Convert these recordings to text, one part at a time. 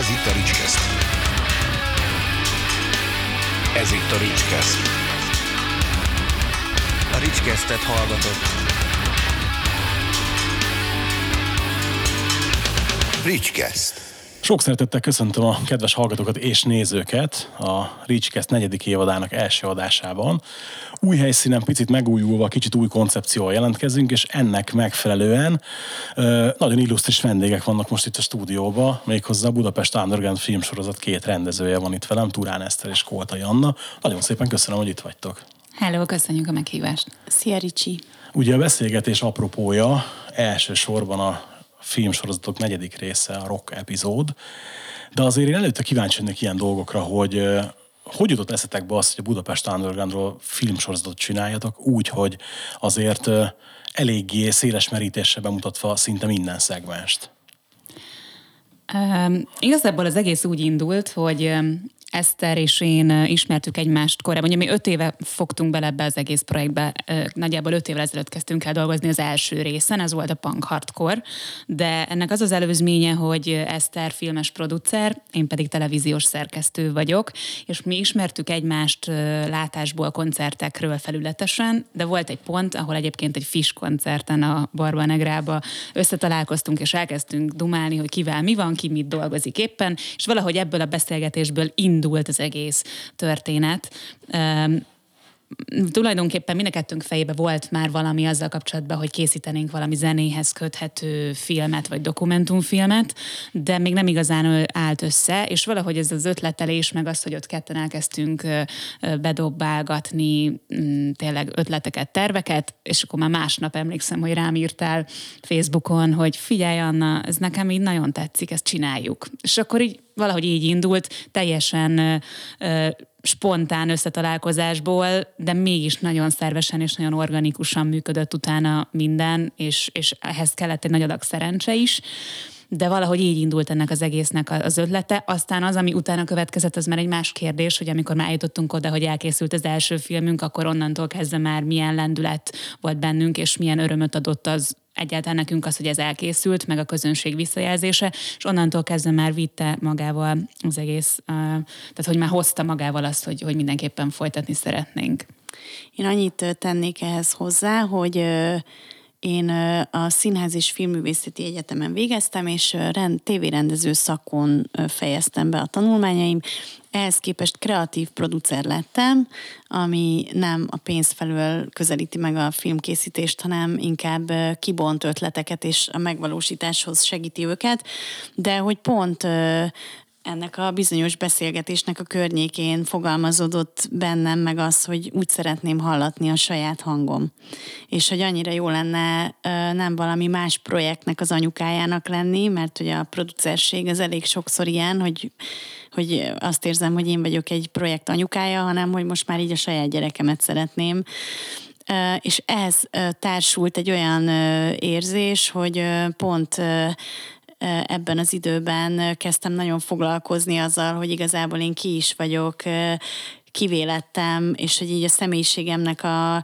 Ez itt a Ricskeszt. Ez itt a Ricskeszt. A Ricskesztet hallgatott. Ricskeszt. Sok szeretettel köszöntöm a kedves hallgatókat és nézőket a Ricskeszt 4. évadának első adásában. Új helyszínen, picit megújulva, kicsit új koncepcióval jelentkezünk, és ennek megfelelően nagyon illusztris vendégek vannak most itt a stúdióban, méghozzá a Budapest Underground filmsorozat 2 rendezője van itt velem, Turán Eszter és Koltai Anna. Nagyon szépen köszönöm, hogy itt vagytok. Hello, köszönjük a meghívást. Szia, Ricsi! Ugye a beszélgetés apropója elsősorban a filmsorozatok 4. része, a rock epizód, de azért én előtte kíváncsi lennék ilyen dolgokra, hogy jutott eszetekbe az, hogy a Budapest Undergroundról filmsorozatot csináljatok úgy, hogy azért eléggé széles merítéssel bemutatva szinte minden szegmenst? Igazából az egész úgy indult, hogy Eszter és én ismertük egymást korábban. Ugye mi 5 éve fogtunk bele ebbe az egész projektbe. Nagyjából 5 évvel ezelőtt kezdtünk el dolgozni az első részen, ez volt a punk hardcore, de ennek az az előzménye, hogy Eszter filmes producer, én pedig televíziós szerkesztő vagyok, és mi ismertük egymást látásból, koncertekről felületesen, de volt egy pont, ahol egyébként egy Fish koncerten a Barba Negrába összetalálkoztunk, és elkezdtünk dumálni, hogy kivel mi van, ki mit dolgozik éppen, és valahogy ebből a beszélgetésből indult az egész történet. Tulajdonképpen mind a kettőnk fejébe volt már valami azzal kapcsolatban, hogy készítenénk valami zenéhez köthető filmet, vagy dokumentumfilmet, de még nem igazán állt össze, és valahogy ez az ötletelés, meg az, hogy ott ketten elkezdtünk bedobálgatni tényleg ötleteket, terveket, és akkor már másnap emlékszem, hogy rám írtál Facebookon, hogy figyelj Anna, ez nekem így nagyon tetszik, ezt csináljuk. És akkor így valahogy így indult, teljesen spontán összetalálkozásból, de mégis nagyon szervesen és nagyon organikusan működött utána minden, és ehhez kellett egy nagy adag szerencse is, de valahogy így indult ennek az egésznek az ötlete. Aztán az, ami utána következett, az már egy más kérdés, hogy amikor már eljutottunk oda, hogy elkészült az első filmünk, akkor onnantól kezdve már milyen lendület volt bennünk, és milyen örömöt adott az egyáltalán nekünk az, hogy ez elkészült, meg a közönség visszajelzése, és onnantól kezdve már vitte magával az egész, tehát hogy már hozta magával azt, hogy mindenképpen folytatni szeretnénk. Én annyit tennék ehhez hozzá, hogy én a Színház és Filmművészeti Egyetemen végeztem, és tévérendező szakon fejeztem be a tanulmányaim. Ehhez képest kreatív producer lettem, ami nem a pénz felől közelíti meg a filmkészítést, hanem inkább kibont ötleteket és a megvalósításhoz segíti őket, de hogy pont ennek a bizonyos beszélgetésnek a környékén fogalmazódott bennem meg az, hogy úgy szeretném hallatni a saját hangom. És hogy annyira jó lenne nem valami más projektnek az anyukájának lenni, mert hogy a producerség az elég sokszor ilyen, hogy azt érzem, hogy én vagyok egy projekt anyukája, hanem hogy most már így a saját gyerekemet szeretném. És ehhez társult egy olyan érzés, hogy pont ebben az időben kezdtem nagyon foglalkozni azzal, hogy igazából én ki is vagyok, kivé lettem, és hogy így a személyiségemnek a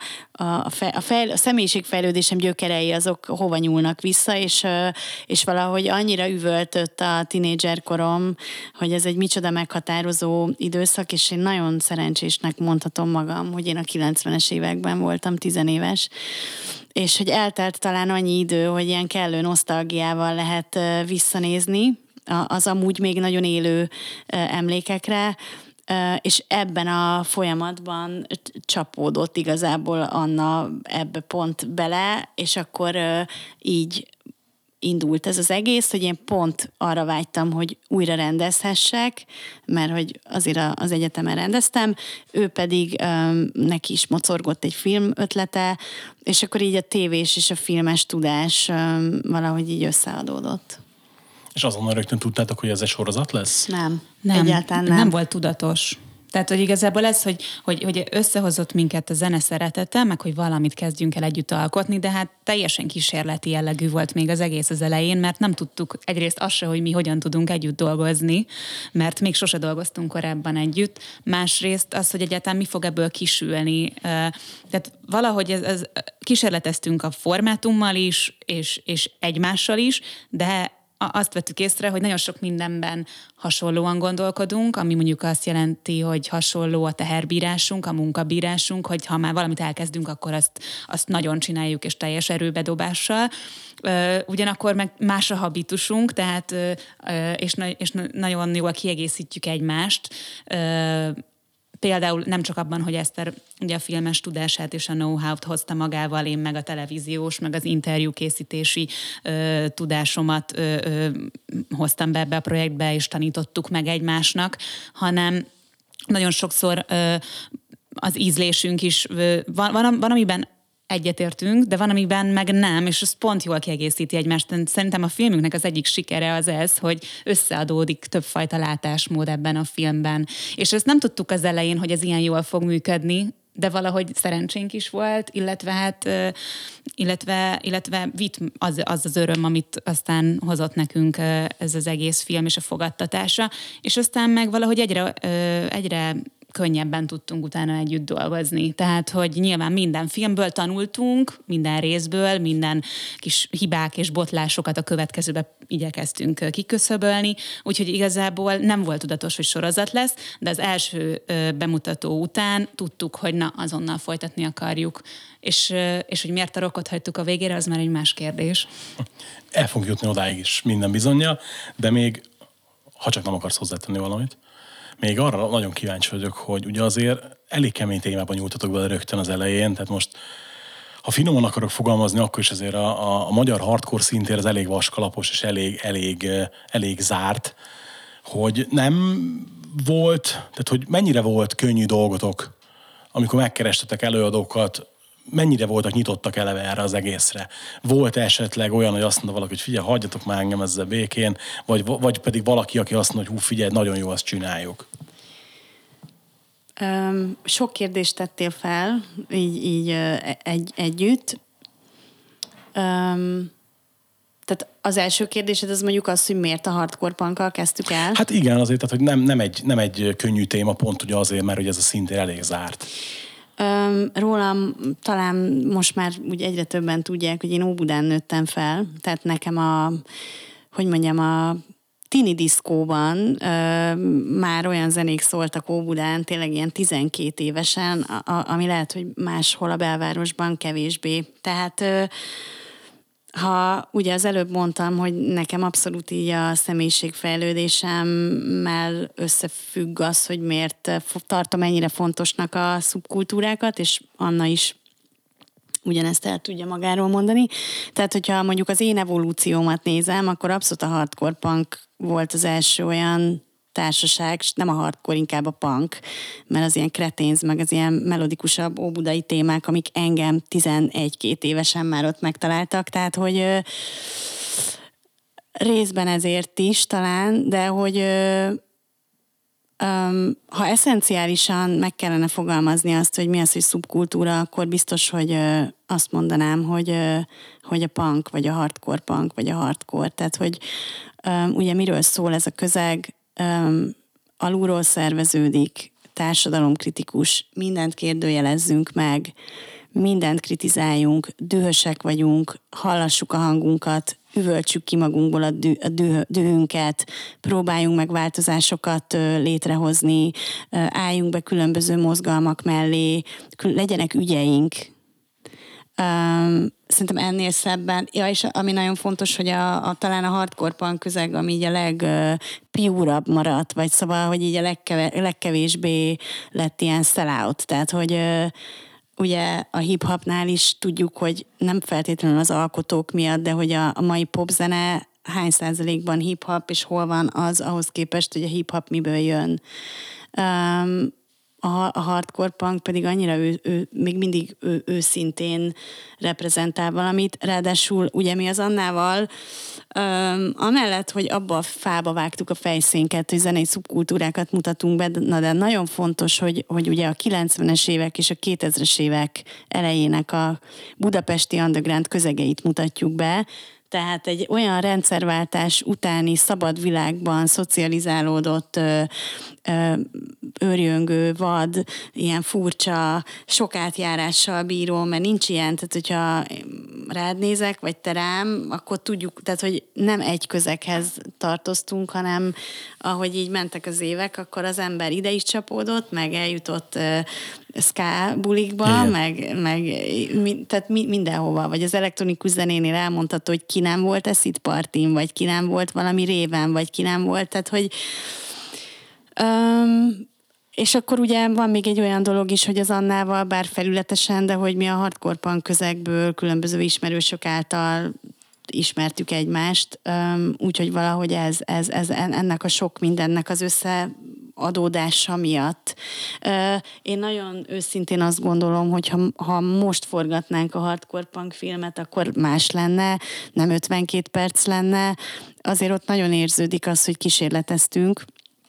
személyiségfejlődésem gyökerei azok hova nyúlnak vissza, és valahogy annyira üvöltött a tinédzserkorom, hogy ez egy micsoda meghatározó időszak, és én nagyon szerencsésnek mondhatom magam, hogy én a 90-es években voltam 10 éves, és hogy eltelt talán annyi idő, hogy ilyen kellő nosztalgiával lehet visszanézni az amúgy még nagyon élő emlékekre, és ebben a folyamatban csapódott igazából Anna ebbe pont bele, és akkor így indult ez az egész, hogy én pont arra vágytam, hogy újra rendezhessek, mert hogy azért az egyetemen rendeztem, ő pedig neki is mocorgott egy film ötlete, és akkor így a tévés és a filmes tudás valahogy így összeadódott. És azonnal rögtön tudtátok, hogy ez egy sorozat lesz? Nem, egyáltalán nem. Nem volt tudatos. Tehát, hogy igazából ez, hogy összehozott minket a zene szeretete, meg hogy valamit kezdjünk el együtt alkotni, de hát teljesen kísérleti jellegű volt még az egész az elején, mert nem tudtuk egyrészt azt se, hogy mi hogyan tudunk együtt dolgozni, mert még sose dolgoztunk korábban együtt. Másrészt az, hogy egyáltalán mi fog ebből kisülni. Tehát valahogy kísérleteztünk a formátummal is, és egymással is, de azt vettük észre, hogy nagyon sok mindenben hasonlóan gondolkodunk, ami mondjuk azt jelenti, hogy hasonló a teherbírásunk, a munkabírásunk, hogy ha már valamit elkezdünk, akkor azt nagyon csináljuk és teljes erőbedobással. Ugyanakkor meg más a habitusunk, tehát és nagyon jól kiegészítjük egymást. Például nem csak abban, hogy Eszter ugye a filmes tudását és a know-how-t hozta magával, én meg a televíziós, meg az interjúkészítési tudásomat hoztam be ebbe a projektbe, és tanítottuk meg egymásnak, hanem nagyon sokszor az ízlésünk is van amiben egyetértünk, de van, amiben meg nem, és ez pont jól kiegészíti egymást. Szerintem a filmünknek az egyik sikere az ez, hogy összeadódik többfajta látásmód ebben a filmben. És ezt nem tudtuk az elején, hogy ez ilyen jól fog működni, de valahogy szerencsénk is volt, illetve vitt az öröm, amit aztán hozott nekünk ez az egész film és a fogadtatása, és aztán meg valahogy egyre könnyebben tudtunk utána együtt dolgozni. Tehát, hogy nyilván minden filmből tanultunk, minden részből, minden kis hibák és botlásokat a következőbe igyekeztünk kiköszöbölni, úgyhogy igazából nem volt tudatos, hogy sorozat lesz, de az első bemutató után tudtuk, hogy na, azonnal folytatni akarjuk. És hogy miért a rockot hagytuk a végére, az már egy más kérdés. El fogunk jutni odáig is minden bizonnyal, de még, ha csak nem akarsz hozzátenni valamit, még arra nagyon kíváncsi vagyok, hogy ugye azért elég kemény témában nyújtatok bele rögtön az elején, tehát most, ha finoman akarok fogalmazni, akkor is azért a magyar hardcore szintér az elég vaskalapos és elég zárt, hogy nem volt, tehát hogy mennyire volt könnyű dolgotok, amikor megkerestetek előadókat, mennyire voltak nyitottak eleve erre az egészre? Volt esetleg olyan, hogy azt mondta valaki, hogy figyelj, hagyjatok már engem ezzel békén, vagy pedig valaki, aki azt mondja, hogy figyelj, nagyon jó, azt csináljuk? Sok kérdést tettél fel, így együtt. Tehát az első kérdésed az mondjuk az, hogy miért a hardcore punkkal kezdtük el? Hát igen, azért, tehát, hogy nem egy könnyű téma, pont ugye azért, mert hogy ez a szintér elég zárt. Rólam talán most már úgy egyre többen tudják, hogy én Óbudán nőttem fel, tehát nekem a tini diszkóban már olyan zenék szóltak Óbudán, tényleg ilyen 12 évesen, ami lehet, hogy máshol a belvárosban kevésbé. Tehát ha ugye az előbb mondtam, hogy nekem abszolút így a személyiségfejlődésemmel összefügg az, hogy miért tartom ennyire fontosnak a szubkultúrákat, és Anna is ugyanezt el tudja magáról mondani. Tehát, hogyha mondjuk az én evolúciómat nézem, akkor abszolút a hardcore punk volt az első olyan társaság, nem a hardcore, inkább a punk, mert az ilyen kreténz, meg az ilyen melodikusabb óbudai témák, amik engem 11-2 évesen már ott megtaláltak, tehát, hogy részben ezért is talán, de hogy ha eszenciálisan meg kellene fogalmazni azt, hogy mi az, hogy szubkultúra, akkor biztos, hogy azt mondanám, hogy a punk, vagy a hardcore punk, vagy a hardcore. Tehát, hogy ugye miről szól ez a közeg, alulról szerveződik, társadalomkritikus, mindent kérdőjelezzünk meg, mindent kritizáljunk, dühösek vagyunk, hallassuk a hangunkat, üvöltsük ki magunkból a dühünket, próbáljunk meg változásokat létrehozni, álljunk be különböző mozgalmak mellé, legyenek ügyeink. Szerintem ennél szebben, és ami nagyon fontos, hogy talán a hardcore punk közeg, ami így a legpiúrabb maradt, vagy szóval, hogy így a legkevésbé lett ilyen sellout. Tehát, hogy ugye a hip-hopnál is tudjuk, hogy nem feltétlenül az alkotók miatt, de hogy a mai popzene hány százalékban hip-hop, és hol van az ahhoz képest, hogy a hip-hop miből jön. A hardcore punk pedig annyira ő még mindig őszintén reprezentál valamit, ráadásul ugye mi az Annával, amellett, hogy abba a fába vágtuk a fejszénket, hogy zenei szubkultúrákat mutatunk be, de nagyon fontos, hogy ugye a 90-es évek és a 2000-es évek elejének a budapesti underground közegeit mutatjuk be, tehát egy olyan rendszerváltás utáni szabad világban szocializálódott őrjöngő, vad, ilyen furcsa, sok átjárással bíró, mert nincs ilyen, tehát hogyha rád nézek, vagy te rám, akkor tudjuk, tehát hogy nem egy közeghez tartoztunk, hanem ahogy így mentek az évek, akkor az ember ide is csapódott, meg eljutott ska bulikba, tehát mindenhova, vagy az elektronikus zenénél elmondható, hogy ki nem volt acid partin, vagy ki nem volt valami réven, vagy ki nem volt, tehát hogy és akkor ugye van még egy olyan dolog is, hogy az Annával, bár felületesen, de hogy mi a hardcore punk közegből különböző ismerősök által ismertük egymást, úgyhogy valahogy ez ennek a sok mindennek az összeadódása miatt. Én nagyon őszintén azt gondolom, hogy ha most forgatnánk a hardcore punk filmet, akkor más lenne, nem 52 perc lenne. Azért ott nagyon érződik az, hogy kísérleteztünk,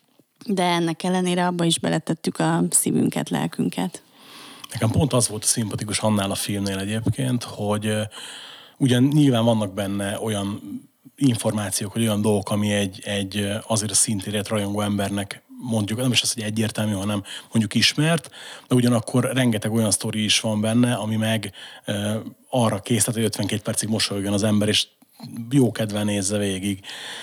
de ennek ellenére abba is beletettük a szívünket, lelkünket. Nekem pont az volt szimpatikus annál a filmnél egyébként, hogy ugyan nyilván vannak benne olyan információk, vagy olyan dolgok, ami egy azért a szintérért rajongó embernek mondjuk, nem is az, hogy egyértelmű, hanem mondjuk ismert, de ugyanakkor rengeteg olyan sztori is van benne, ami meg arra készít, hogy 52 percig mosolyogjon az ember, és jó kedven nézze végig.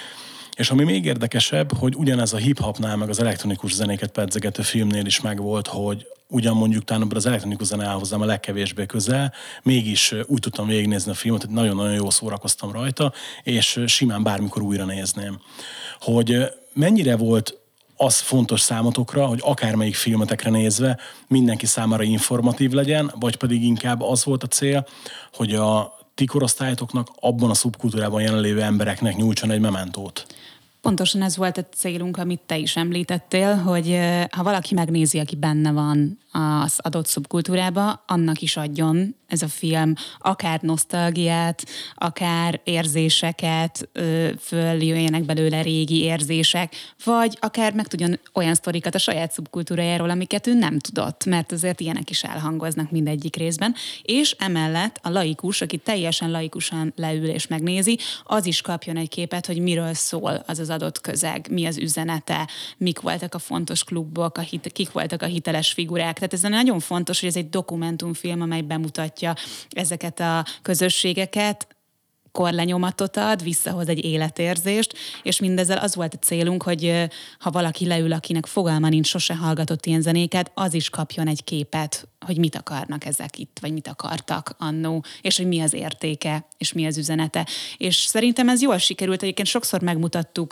És ami még érdekesebb, hogy ugyanez a hip-hopnál, meg az elektronikus zenéket pedzegető filmnél is megvolt, hogy ugyan mondjuk talán az elektronikus zene áll hozzám a legkevésbé közel, mégis úgy tudtam végignézni a filmet, hogy nagyon-nagyon jól szórakoztam rajta, és simán bármikor újra nézném. Hogy mennyire volt az fontos számotokra, hogy akármelyik filmetekre nézve mindenki számára informatív legyen, vagy pedig inkább az volt a cél, hogy a ti korosztályotoknak abban a szubkultúrában jelenlévő embereknek nyújtson egy mementót? Pontosan ez volt a célunk, amit te is említettél, hogy ha valaki megnézi, aki benne van az adott szubkultúrába, annak is adjon ez a film akár nosztalgiát, akár érzéseket, följöjjenek belőle régi érzések, vagy akár megtudjon olyan sztorikat a saját szubkultúrájáról, amiket ő nem tudott, mert azért ilyenek is elhangoznak mindegyik részben, és emellett a laikus, aki teljesen laikusan leül és megnézi, az is kapjon egy képet, hogy miről szól az az adott közeg, mi az üzenete, mik voltak a fontos klubok, kik voltak a hiteles figurák. Tehát ez nagyon fontos, hogy ez egy dokumentumfilm, amely bemutatja ezeket a közösségeket, korlenyomatot ad, visszahoz egy életérzést, és mindezzel az volt a célunk, hogy ha valaki leül, akinek fogalma nincs, sose hallgatott ilyen zenéket, az is kapjon egy képet, hogy mit akarnak ezek itt, vagy mit akartak annó, és hogy mi az értéke, és mi az üzenete. És szerintem ez jól sikerült, egyébként sokszor megmutattuk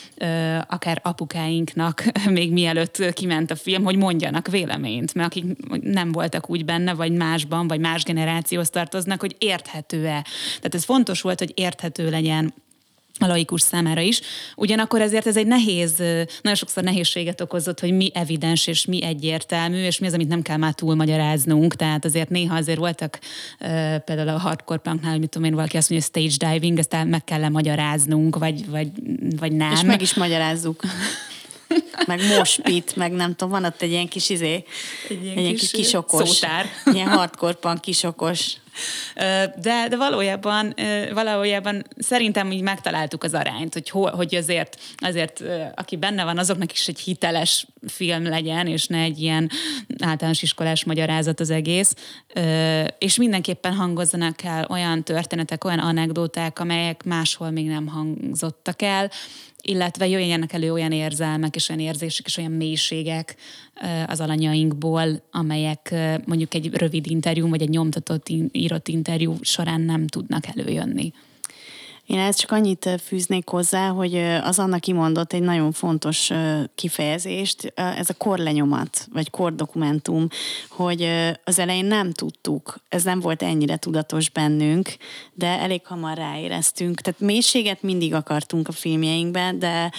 akár apukáinknak, még mielőtt kiment a film, hogy mondjanak véleményt, mert akik nem voltak úgy benne, vagy másban, vagy más generációhoz tartoznak, hogy érthető-e. Tehát ez fontos volt, hogy érthető legyen a laikus számára is. Ugyanakkor ezért ez egy nehéz, nagyon sokszor nehézséget okozott, hogy mi evidens és mi egyértelmű, és mi az, amit nem kell már túlmagyaráznunk. Tehát azért néha azért voltak például a hardcore punknál, mit tudom én, valaki azt mondja, hogy stage diving, ezt meg kell magyaráznunk, vagy nem. És meg is magyarázzuk. Meg moshpit, meg nem tudom, van ott egy ilyen kis egy ilyen kis kisokos. Szótár. Ilyen hardcore punk kisokos. De valójában szerintem így megtaláltuk az arányt, hogy azért aki benne van, azoknak is egy hiteles film legyen, és ne egy ilyen általános iskolás magyarázat az egész. És mindenképpen hangozzanak el olyan történetek, olyan anekdóták, amelyek máshol még nem hangzottak el, illetve jöjjenek elő olyan érzelmek és olyan érzések és olyan mélységek az alanyainkból, amelyek mondjuk egy rövid interjú vagy egy nyomtatott írott interjú során nem tudnak előjönni. Én ezt csak annyit fűznék hozzá, hogy az Anna kimondott egy nagyon fontos kifejezést, ez a korlenyomat, vagy kordokumentum, hogy az elején nem tudtuk, ez nem volt ennyire tudatos bennünk, de elég hamar ráéreztünk. Tehát mélységet mindig akartunk a filmjeinkben, de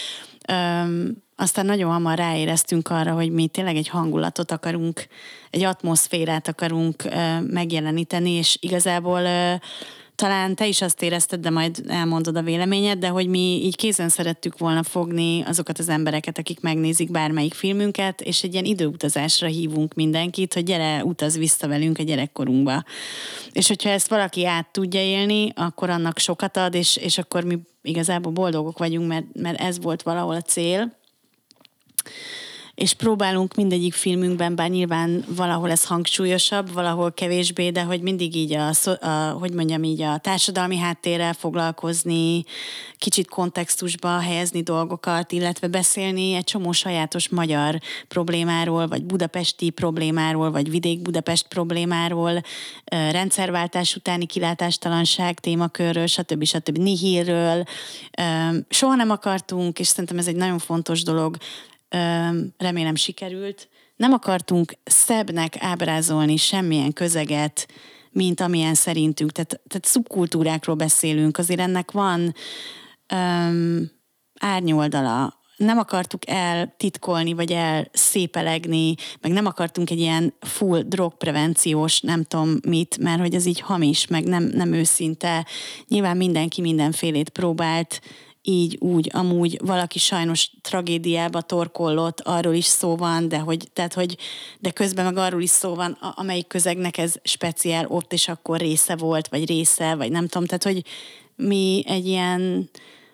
aztán nagyon hamar ráéreztünk arra, hogy mi tényleg egy hangulatot akarunk, egy atmoszférát akarunk megjeleníteni, és igazából talán te is azt érezted, de majd elmondod a véleményed, de hogy mi így kézen szerettük volna fogni azokat az embereket, akik megnézik bármelyik filmünket, és egy ilyen időutazásra hívunk mindenkit, hogy gyere, utaz vissza velünk a gyerekkorunkba. És hogyha ezt valaki át tudja élni, akkor annak sokat ad, és akkor mi igazából boldogok vagyunk, mert ez volt valahol a cél. és próbálunk mindegyik filmünkben, bár nyilván valahol ez hangsúlyosabb, valahol kevésbé, de hogy mindig így a társadalmi háttérrel foglalkozni, kicsit kontextusba helyezni dolgokat, illetve beszélni egy csomó sajátos magyar problémáról, vagy budapesti problémáról, vagy vidék-Budapest problémáról, rendszerváltás utáni kilátástalanság témakörről, stb. Nihilről. Soha nem akartunk, és szerintem ez egy nagyon fontos dolog, remélem sikerült, nem akartunk szebbnek ábrázolni semmilyen közeget, mint amilyen szerintünk. Tehát szubkultúrákról beszélünk, azért ennek van árnyoldala. Nem akartuk eltitkolni, vagy elszépelegni, meg nem akartunk egy ilyen full drogprevenciós, nem tudom mit, mert hogy ez így hamis, meg nem őszinte. Nyilván mindenki mindenfélét próbált, így, úgy, amúgy valaki sajnos tragédiába torkollott, arról is szó van, de közben meg arról is szó van, amelyik közegnek ez speciál ott, és akkor része volt, vagy nem tudom, tehát hogy mi egy ilyen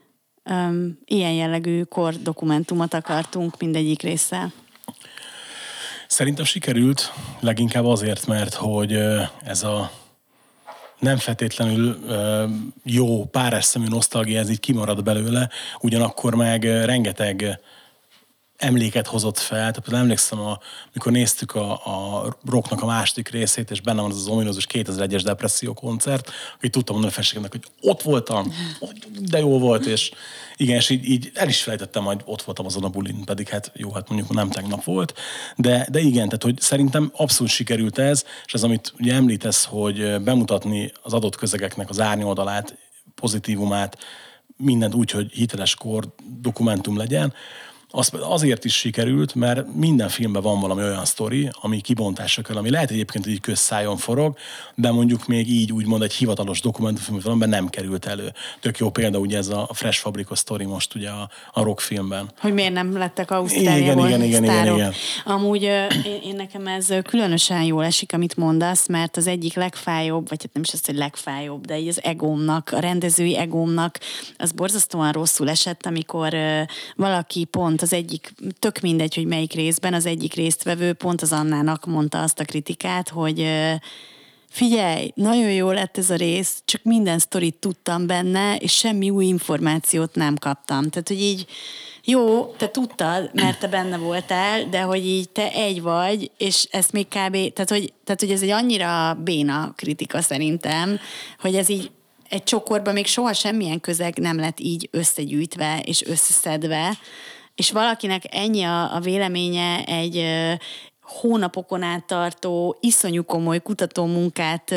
jellegű kordokumentumot akartunk mindegyik résszel. Szerintem sikerült, leginkább azért, mert hogy ez a nem feltétlenül jó párásszemű nosztalgia, ez így kimarad belőle, ugyanakkor meg rengeteg emléket hozott fel. Tehát emlékszem, amikor néztük a Rocknak a második részét, és benne van az ominózus 2001-es Depresszió koncert, hogy tudtam mondani a feleségemnek, hogy ott voltam, de jó volt, és igen, és így el is felejtettem, hogy ott voltam azon a bulin, pedig hát jó, hát mondjuk nem tegnap volt, de igen, tehát hogy szerintem abszolút sikerült ez, és ez, amit ugye említesz, hogy bemutatni az adott közegeknek az árnyoldalát, pozitívumát, mindent úgy, hogy hiteles kor dokumentum legyen, azért is sikerült, mert minden filmben van valami olyan sztori, ami kibontásra kell, ami lehet egyébként, hogy így közszájon forog, de mondjuk még így úgymond egy hivatalos dokumentumfilm, valamiben nem került elő. Tök jó példa ugye ez a Fresh Fabrika sztori most ugye a Rock filmben. Hogy miért nem lettek Ausztráliából sztárok. Igen. Amúgy én nekem ez különösen jól esik, amit mondasz, mert az egyik legfájóbb, vagy hát nem is az, hogy legfájóbb, de így az egómnak, a rendezői egómnak az borzasztóan rosszul esett, amikor valaki pont az egyik, tök mindegy, hogy melyik részben, az egyik résztvevő pont az Annának mondta azt a kritikát, hogy figyelj, nagyon jó lett ez a rész, csak minden sztorit tudtam benne, és semmi új információt nem kaptam. Tehát, hogy így jó, te tudtad, mert te benne voltál, de hogy így te egy vagy, és ezt még kb. Tehát, hogy ez egy annyira béna kritika szerintem, hogy ez így egy csokorban még soha semmilyen közeg nem lett így összegyűjtve és összeszedve, és valakinek ennyi a véleménye egy hónapokon át tartó, iszonyú komoly kutatómunkát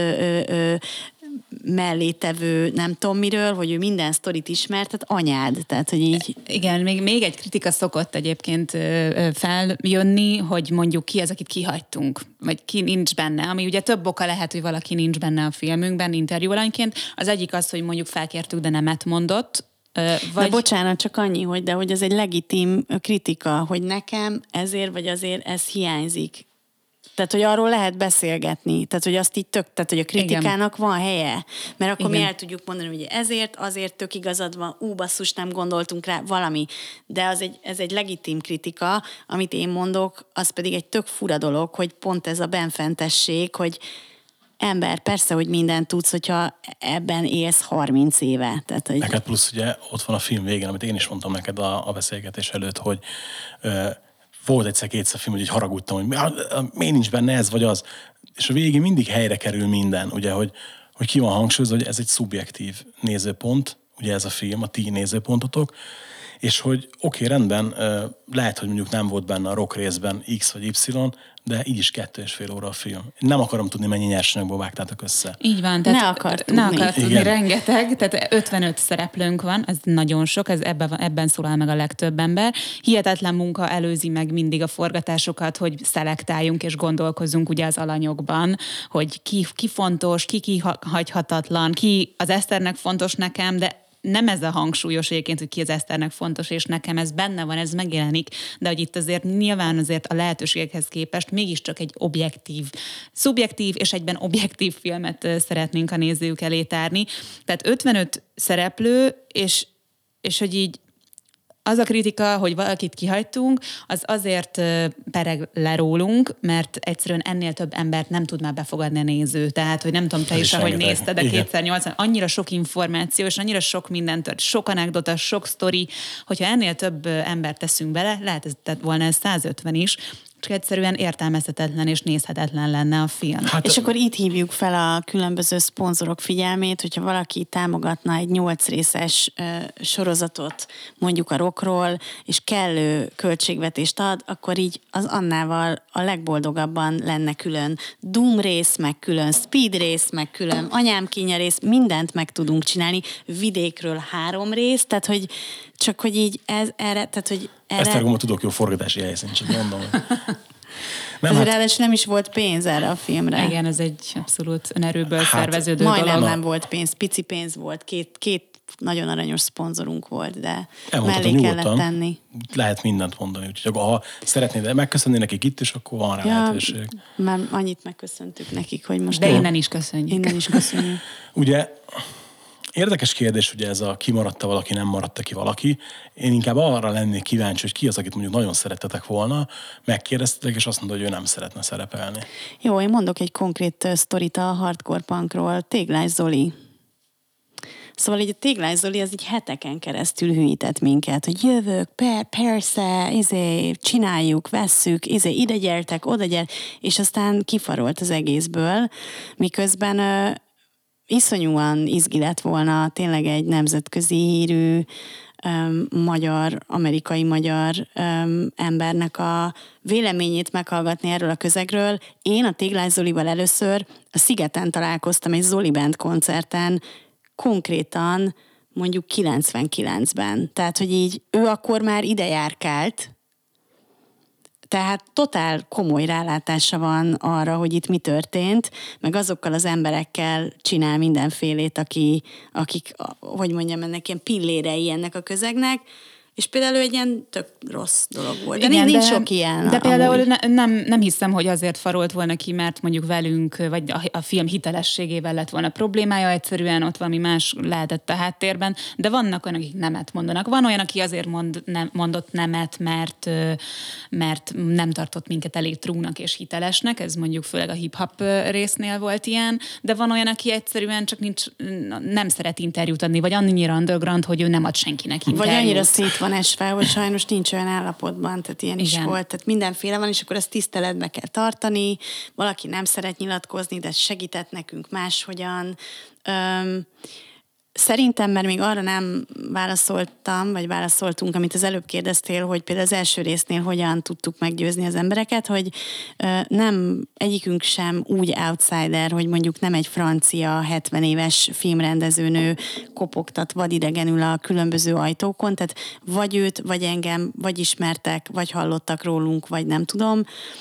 mellé tevő, nem tudom miről, hogy ő minden sztorit ismert, tehát anyád, tehát hogy így... Igen, még egy kritika szokott egyébként feljönni, hogy mondjuk ki az, akit kihagytunk, vagy ki nincs benne, ami ugye több oka lehet, hogy valaki nincs benne a filmünkben interjú alanyként. Az egyik az, hogy mondjuk felkértük, de nemet mondott, de bocsánat, csak annyi, hogy ez egy legitim kritika, hogy nekem ezért vagy azért ez hiányzik. Tehát, hogy arról lehet beszélgetni. Tehát, hogy azt így tehát, hogy a kritikának igen. van helye. Mert akkor igen. mi el tudjuk mondani, hogy ezért, azért tök igazad van, basszus, nem gondoltunk rá, valami. De ez egy legitim kritika, amit én mondok, az pedig egy tök fura dolog, hogy pont ez a benfentesség, hogy ember, persze, hogy mindent tudsz, hogyha ebben élsz 30 éve. Tehát, hogy... Neked plusz ugye ott van a film végén, amit én is mondtam neked a beszélgetés előtt, hogy volt egyszer-kétszer film, hogy így haragudtam, hogy miért nincs benne ez vagy az. És a végén mindig helyre kerül minden, ugye, hogy ki van hangsúlyozva, hogy ez egy szubjektív nézőpont, ugye ez a film, a ti nézőpontotok, és hogy oké, rendben, lehet, hogy mondjuk nem volt benne a Rock részben X vagy Y, de így is 2,5 óra a film. Nem akarom tudni, mennyi nyersanyagból vágtátok össze. Így van. Tehát ne akar tudni, rengeteg, tehát 55 szereplőnk van, ez nagyon sok, ez ebben szólal meg a legtöbb ember. Hihetetlen munka előzi meg mindig a forgatásokat, hogy szelektáljunk és gondolkozzunk ugye az alanyokban, hogy ki fontos, ki hagyhatatlan, ki az Eszternek fontos nekem, de nem ez a hangsúlyos egyébként, hogy ki az Eszternek fontos, és nekem ez benne van, ez megjelenik, de hogy itt azért nyilván azért a lehetőségekhez képest mégiscsak egy szubjektív és egyben objektív filmet szeretnénk a nézők elé tárni. Tehát 55 szereplő, és hogy így az a kritika, hogy valakit kihagytunk, az azért pereg le rólunk, mert egyszerűen ennél több embert nem tud már befogadni a néző. Tehát, hogy nem tudom, te is, ahogy nézted, de 280, annyira sok információ, és annyira sok minden tört, sok anekdota, sok sztori, hogyha ennél több embert teszünk bele, lehet volna ez 150 is, csak egyszerűen értelmezhetetlen és nézhetetlen lenne a film. Hát, és akkor itt hívjuk fel a különböző szponzorok figyelmét, hogyha valaki támogatna egy 8 részes sorozatot, mondjuk a rockról, és kellő költségvetést ad, akkor így az Annával a legboldogabban lenne külön Doom rész, meg külön Speed rész, meg külön Anyám kínja rész, mindent meg tudunk csinálni, vidékről 3 rész, tehát hogy csak hogy így Esztergomban tudok jó forgatási helyszínt, csak mondom. Ráadásul nem is volt pénz erre a filmre. Igen, ez egy abszolút önerőből szerveződő majdnem dolog. nem volt pénz, pici pénz volt, két nagyon aranyos szponzorunk volt, de elmondhatom mellé kellett nyugodtan, tenni. Lehet mindent mondani, úgyhogy ha szeretnéd megköszönni nekik itt is, akkor van rá lehetőség. Már annyit megköszöntük nekik, hogy most... De innen is köszönjük. Innen is köszönjük. Ugye érdekes kérdés, ugye ez a kimaradta valaki, nem maradta ki valaki. Én inkább arra lennék kíváncsi, hogy ki az, akit mondjuk nagyon szerettetek volna, megkérdeztetek, és azt mondta, hogy ő nem szeretne szerepelni. Jó, én mondok egy konkrét sztorit a Hardcore Punkról. Téglás Zoli. Szóval így a Téglás Zoli az így heteken keresztül hülyített minket, hogy jövök, persze, csináljuk, vesszük, ide gyertek, oda gyert, és aztán kifarolt az egészből, miközben iszonyúan izgi lett volna tényleg egy nemzetközi hírű amerikai magyar embernek a véleményét meghallgatni erről a közegről. Én a Téglás Zolival először a Szigeten találkoztam egy Zoli Band koncerten, konkrétan mondjuk 99-ben. Tehát, hogy így ő akkor már ide járkált, tehát totál komoly rálátása van arra, hogy itt mi történt, meg azokkal az emberekkel csinál mindenfélét, akik, hogy mondjam, ennek ilyen pillérei ennek a közegnek, és például egy ilyen tök rossz dolog volt. De igen, nincs sok ilyen. De például nem hiszem, hogy azért farolt volna ki, mert mondjuk velünk, vagy a film hitelességével lett volna problémája, egyszerűen ott valami más lehetett a háttérben, de vannak olyanok, akik nemet mondanak. Van olyan, aki azért mondott nemet, mert nem tartott minket elég trúnak és hitelesnek, ez mondjuk főleg a hip-hop résznél volt ilyen, de van olyan, aki egyszerűen csak nem szeret interjút adni, vagy annyira underground, hogy ő nem ad senkinek interjút. Vagy annyira szét van esve, hogy sajnos nincs olyan állapotban, tehát ilyen is volt, tehát mindenféle van, és akkor ezt tiszteletbe kell tartani, valaki nem szeret nyilatkozni, de segített nekünk máshogyan. Szerintem, mert még arra nem válaszoltam, vagy válaszoltunk, amit az előbb kérdeztél, hogy például az első résznél hogyan tudtuk meggyőzni az embereket, hogy nem egyikünk sem úgy outsider, hogy mondjuk nem egy francia 70 éves filmrendezőnő kopogtat vadidegenül a különböző ajtókon, tehát vagy őt, vagy engem, vagy ismertek, vagy hallottak rólunk, vagy nem tudom.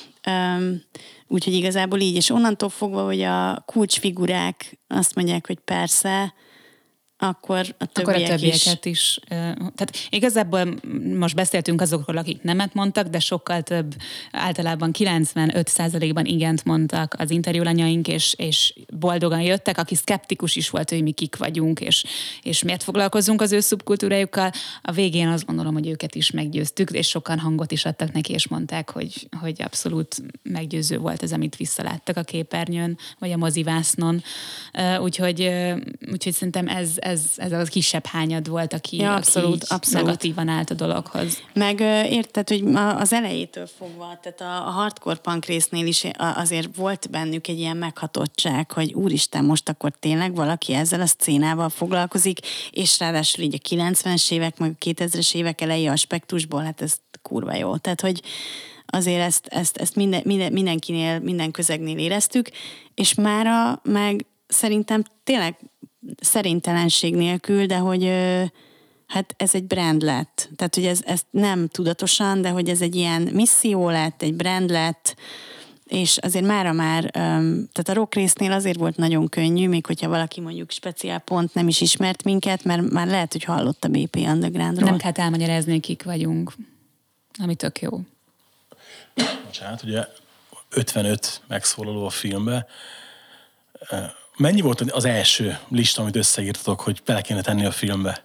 Úgyhogy igazából így, és onnantól fogva, hogy a kulcsfigurák azt mondják, hogy persze, akkor a többieket is. Tehát igazából most beszéltünk azokról, akik nemet mondtak, de sokkal több, általában 95%-ban igent mondtak az interjúlanyaink, és boldogan jöttek, aki szkeptikus is volt, hogy mi kik vagyunk, és miért foglalkozunk az ő szubkultúrájukkal. A végén azt gondolom, hogy őket is meggyőztük, és sokan hangot is adtak neki, és mondták, hogy abszolút meggyőző volt ez, amit visszaláttak a képernyőn, vagy a mozivásznon. Úgyhogy szerintem ez a kisebb hányad volt, aki abszolút negatívan állt a dologhoz. Meg érted, hogy az elejétől fogva, tehát a Hardcore Punk résznél is azért volt bennük egy ilyen meghatottság, hogy úristen, most akkor tényleg valaki ezzel a szcénával foglalkozik, és ráadásul így a 90-es évek, meg a 2000-es évek elejé aspektusból, hát ez kurva jó. Tehát, hogy azért ezt mindenkinél, minden közegnél éreztük, és mára meg szerintem tényleg szerintelenség nélkül, de hogy hát ez egy brand lett. Tehát, hogy ez nem tudatosan, de hogy ez egy ilyen misszió lett, egy brand lett, és azért tehát a rock résznél azért volt nagyon könnyű, még hogyha valaki mondjuk speciál pont nem is ismert minket, mert már lehet, hogy hallott a BP Undergroundról. Nem kell elmagyarázni, kik vagyunk, ami tök jó. Bocsánat, ugye 55 megszólaló a filmbe. Mennyi volt az első lista, amit összeírtatok, hogy bele kéne tenni a filmbe?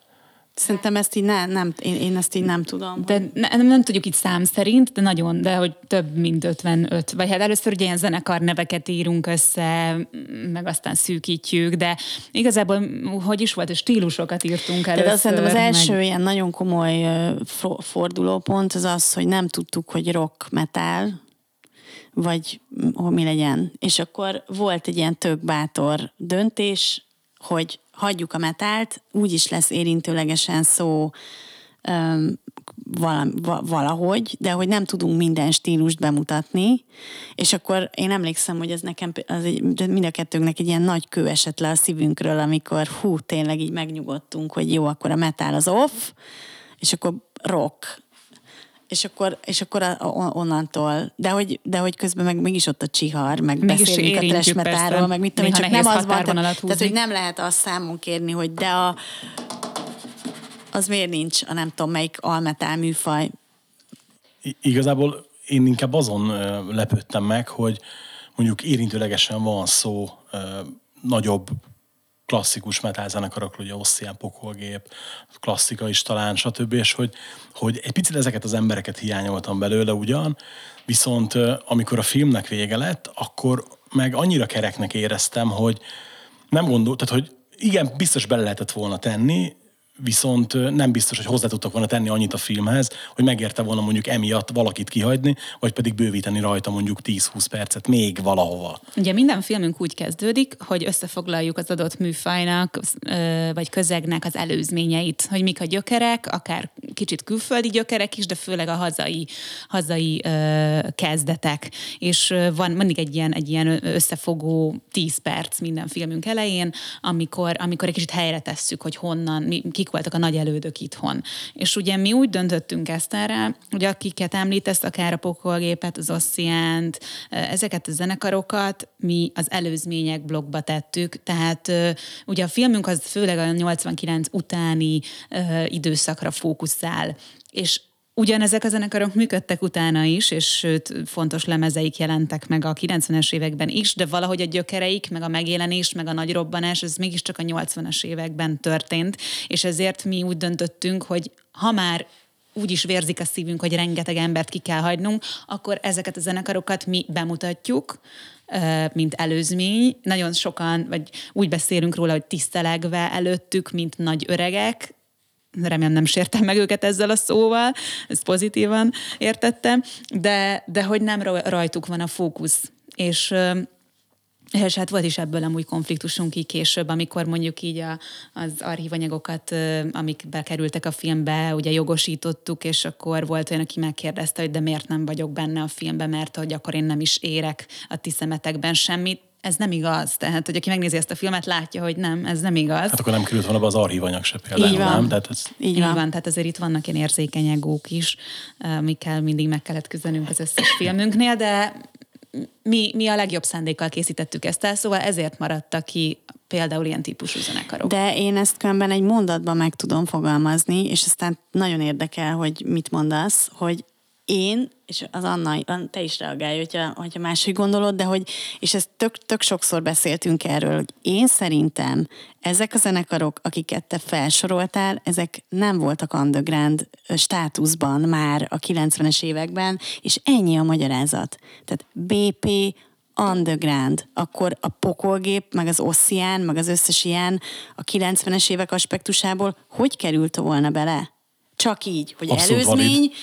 Szerintem ezt így én ezt így nem tudom. De nem tudjuk itt szám szerint, de nagyon, de hogy több mint 55. Vagy hát először ugye ilyen zenekar neveket írunk össze, meg aztán szűkítjük, de igazából hogy is volt, a stílusokat írtunk először. Tehát szerintem az első ilyen nagyon komoly fordulópont az, hogy nem tudtuk, hogy rock, metal, vagy mi legyen. És akkor volt egy ilyen tök bátor döntés, hogy hagyjuk a metált, úgyis lesz érintőlegesen szó valahogy, de hogy nem tudunk minden stílust bemutatni, és akkor én emlékszem, hogy ez nekem mind a kettőnknek egy ilyen nagy kő esett le a szívünkről, amikor tényleg így megnyugodtunk, hogy jó, akkor a metal az off, és akkor rock. És akkor onnantól, de hogy közben meg mégis ott a csihar, meg beszélünk a trash metalról, meg mit tudom, csak nem az van, tehát hogy nem lehet azt számon kérni, hogy de az miért nincs a nem tudom melyik almetál műfaj. Igazából én inkább azon lepődtem meg, hogy mondjuk érintőlegesen van szó nagyobb klasszikus metal zenekarokról, ugye Ossian, Pokolgép, klasszika is talán, stb. És hogy egy picit ezeket az embereket hiányoltam belőle ugyan, viszont amikor a filmnek vége lett, akkor meg annyira kereknek éreztem, hogy nem tehát hogy igen, biztos bele lehetett volna tenni, viszont nem biztos, hogy hozzá tudtak volna tenni annyit a filmhez, hogy megérte volna mondjuk emiatt valakit kihagyni, vagy pedig bővíteni rajta mondjuk 10-20 percet még valahova. Ugye minden filmünk úgy kezdődik, hogy összefoglaljuk az adott műfajnak, vagy közegnek az előzményeit, hogy mik a gyökerek, akár kicsit külföldi gyökerek is, de főleg a hazai kezdetek. És van mindig egy ilyen összefogó 10 perc minden filmünk elején, amikor egy kicsit helyre tesszük, hogy honnan, kik voltak a nagy elődök itthon. És ugye mi úgy döntöttünk Eszterrel, hogy akiket említesz, akár a Pokolgépet, az Ossiant, ezeket a zenekarokat mi az előzmények blogba tettük, tehát ugye a filmünk az főleg a 89 utáni időszakra fókuszál, és ugyanezek a zenekarok működtek utána is, és sőt, fontos lemezeik jelentek meg a 90-es években is, de valahogy a gyökereik, meg a megjelenés, meg a nagy robbanás, ez mégiscsak a 80-as években történt, és ezért mi úgy döntöttünk, hogy ha már úgy is vérzik a szívünk, hogy rengeteg embert ki kell hagynunk, akkor ezeket a zenekarokat mi bemutatjuk, mint előzmény. Nagyon sokan, vagy úgy beszélünk róla, hogy tisztelegve előttük, mint nagy öregek. Remélem nem sértem meg őket ezzel a szóval, ezt pozitívan értettem, de hogy nem rajtuk van a fókusz. És hát volt is ebből amúgy konfliktusunk így később, amikor mondjuk így az archívanyagokat, amik bekerültek a filmbe, ugye jogosítottuk, és akkor volt olyan, aki megkérdezte, hogy de miért nem vagyok benne a filmben, mert hogy akkor én nem is érek a ti szemetekben semmit. Ez nem igaz. Tehát, hogy aki megnézi ezt a filmet, látja, hogy nem, ez nem igaz. Hát akkor nem került volna be az archívanyag se például, nem? Tehát Így van, tehát azért itt vannak ilyen érzékeny egók is, amikkel mindig meg kellett küzdenünk az összes filmünknél, de mi a legjobb szándékkal készítettük ezt el, szóval ezért maradtak ki például ilyen típusú zenekarok. De én ezt különben egy mondatban meg tudom fogalmazni, és aztán nagyon érdekel, hogy mit mondasz, hogy én, és az Anna, te is reagálj, hogyha máshogy gondolod, de hogy, és ezt tök sokszor beszéltünk erről, hogy én szerintem ezek a zenekarok, akiket te felsoroltál, ezek nem voltak underground státuszban már a 90-es években, és ennyi a magyarázat. Tehát BP, underground, akkor a Pokolgép, meg az Ossian, meg az összes ilyen a 90-es évek aspektusából hogy került volna bele? Csak így, hogy abszolút előzmény, valid.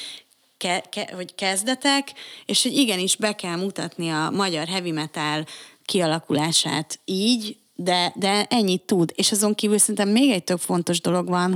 Hogy kezdetek, és hogy igenis be kell mutatni a magyar heavy metal kialakulását így, de ennyit tud. És azon kívül szerintem még egy tök fontos dolog van,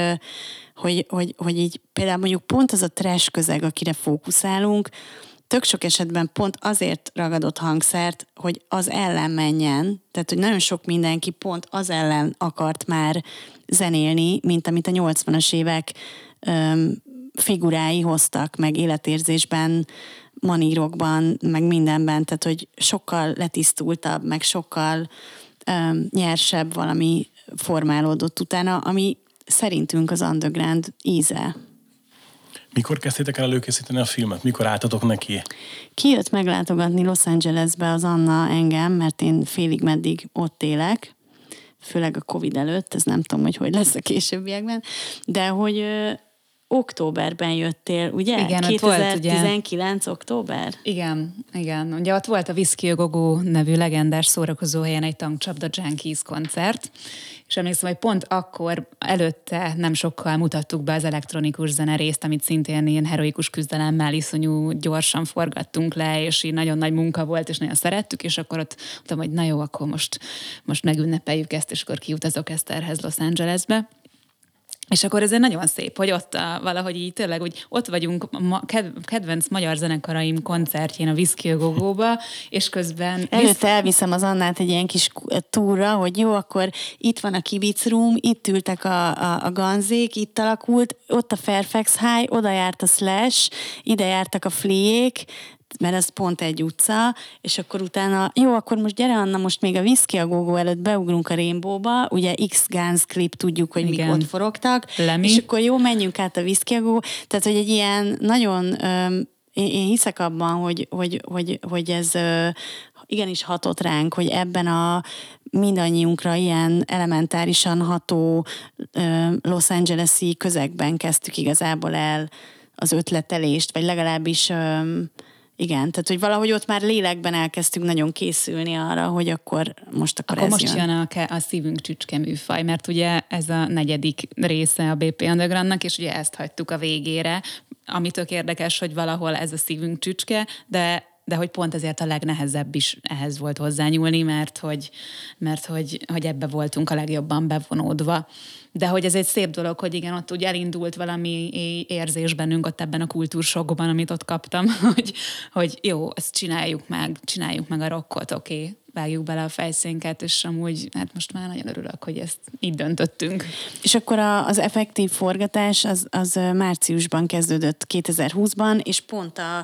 hogy így például mondjuk pont az a trash közeg, akire fókuszálunk, tök sok esetben pont azért ragadott hangszert, hogy az ellen menjen, tehát hogy nagyon sok mindenki pont az ellen akart már zenélni, mint amit a 80-as évek figurái hoztak, meg életérzésben, manírokban, meg mindenben, tehát hogy sokkal letisztultabb, meg sokkal nyersebb valami formálódott utána, ami szerintünk az underground íze. Mikor kezdtétek el előkészíteni a filmet? Mikor álltatok neki? Kijött meglátogatni Los Angelesbe az Anna engem, mert én félig meddig ott élek, főleg a Covid előtt, ez nem tudom, hogy lesz a későbbiekben, de hogy októberben jöttél, ugye? Igen, 2019. Volt, október? Igen. Ugye ott volt a Whisky a Go-Go nevű legendás szórakozóhelyen egy Tankcsapda Junkies koncert, és emlékszem, hogy pont akkor előtte nem sokkal mutattuk be az elektronikus zene részt, amit szintén ilyen heroikus küzdelemmel iszonyú gyorsan forgattunk le, és így nagyon nagy munka volt, és nagyon szerettük, és akkor ott mondtam, hogy na jó, akkor most megünnepeljük ezt, és akkor kiutazok Eszterhez Los Angelesbe. És akkor ez nagyon szép, hogy ott valahogy így tényleg, hogy ott vagyunk kedvenc magyar zenekaraim koncertjén a Whisky a Go-Go-ba, és közben... Előtte elviszem az Annát egy ilyen kis túra, hogy jó, akkor itt van a Kibic Room, itt ültek a Ganzék, itt alakult, ott a Fairfax High, oda járt a Slash, ide jártak a Fliék, mert ez pont egy utca, és akkor utána, jó, akkor most gyere Anna, most még a Whisky a Go-Go előtt beugrunk a Rainbow-ba, ugye X-Guns klip, tudjuk, hogy mik ott forogtak, Lemi. És akkor jó, menjünk át a Whisky a Go-Go, tehát, hogy egy ilyen nagyon, én hiszek abban, hogy ez igenis hatott ránk, hogy ebben a mindannyiunkra ilyen elementárisan ható Los Angeles-i közegben kezdtük igazából el az ötletelést, vagy legalábbis igen, tehát hogy valahogy ott már lélekben elkezdtünk nagyon készülni arra, hogy akkor ez most jön. a Szívünk csücske műfaj, mert ugye ez a 4. része a BP Undergroundnak, és ugye ezt hagytuk a végére, ami tök érdekes, hogy valahol ez a Szívünk csücske, de hogy pont ezért a legnehezebb is ehhez volt hozzányúlni, mert hogy ebbe voltunk a legjobban bevonódva. De hogy ez egy szép dolog, hogy igen, ott úgy elindult valami érzés bennünk ott ebben a kultúrsokban, amit ott kaptam, hogy jó, ezt csináljuk meg a rockot, oké, vágjuk bele a fejszénket, és amúgy hát most már nagyon örülök, hogy ezt így döntöttünk. És akkor az effektív forgatás az márciusban kezdődött 2020-ban, és pont a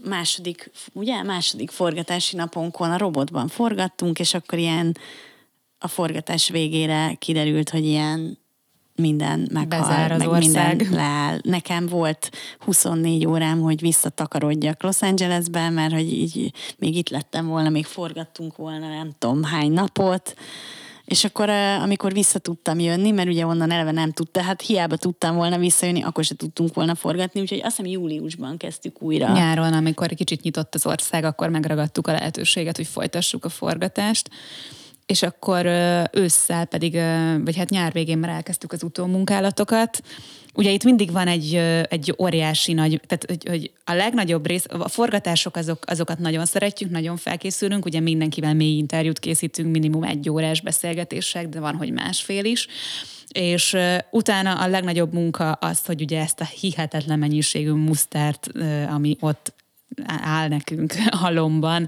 második forgatási naponkon a Robotban forgattunk, és akkor ilyen a forgatás végére kiderült, hogy ilyen minden meghal, meg minden leáll. Nekem volt 24 órám, hogy visszatakarodjak Los Angelesbe, mert hogy így még itt lettem volna, még forgattunk volna nem tudom hány napot, és akkor amikor vissza tudtam jönni, mert ugye onnan eleve nem tudta, hát hiába tudtam volna visszajönni, akkor se tudtunk volna forgatni, úgyhogy azt hiszem júliusban kezdtük újra. Nyáron, amikor kicsit nyitott az ország, akkor megragadtuk a lehetőséget, hogy folytassuk a forgatást. És akkor ősszel pedig, vagy hát nyár végén már elkezdtük az utómunkálatokat. Ugye itt mindig van egy óriási nagy, tehát hogy a legnagyobb rész, a forgatások azokat nagyon szeretjük, nagyon felkészülünk, ugye mindenkivel mély interjút készítünk, minimum 1 órás beszélgetések, de van, hogy másfél is. És utána a legnagyobb munka az, hogy ugye ezt a hihetetlen mennyiségű musztárt, ami ott áll nekünk a lomban.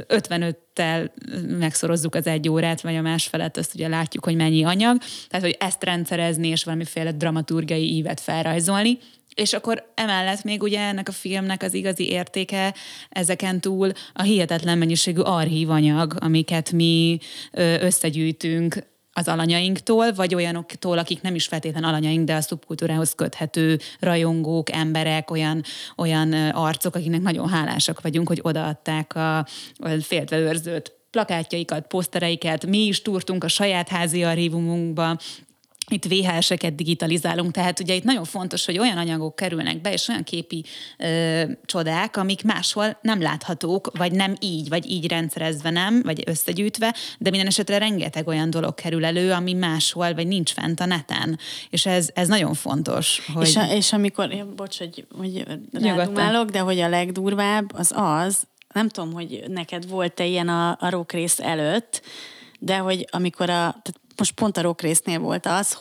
55-tel megszorozzuk az 1 órát, vagy a másfelet, azt ugye látjuk, hogy mennyi anyag. Tehát, hogy ezt rendszerezni, és valamiféle dramaturgiai ívet felrajzolni. És akkor emellett még ugye ennek a filmnek az igazi értéke ezeken túl a hihetetlen mennyiségű archívanyag, amiket mi összegyűjtünk az alanyainktól, vagy olyanoktól, akik nem is feltétlen alanyaink, de a szubkultúrához köthető rajongók, emberek, olyan arcok, akiknek nagyon hálásak vagyunk, hogy odaadták a féltve őrzött plakátjaikat, posztereiket. Mi is túrtunk a saját házi archívumunkba, itt VHS-eket digitalizálunk, tehát ugye itt nagyon fontos, hogy olyan anyagok kerülnek be, és olyan képi csodák, amik máshol nem láthatók, vagy nem így, vagy így rendszerezve nem, vagy összegyűjtve, de minden esetre rengeteg olyan dolog kerül elő, ami máshol, vagy nincs fent a neten. És ez nagyon fontos. Hogy... És amikor, bocs, hogy rádumálok, de hogy a legdurvább az, nem tudom, hogy neked volt-e ilyen a rock rész előtt, de hogy amikor most pont a rock résznél volt az,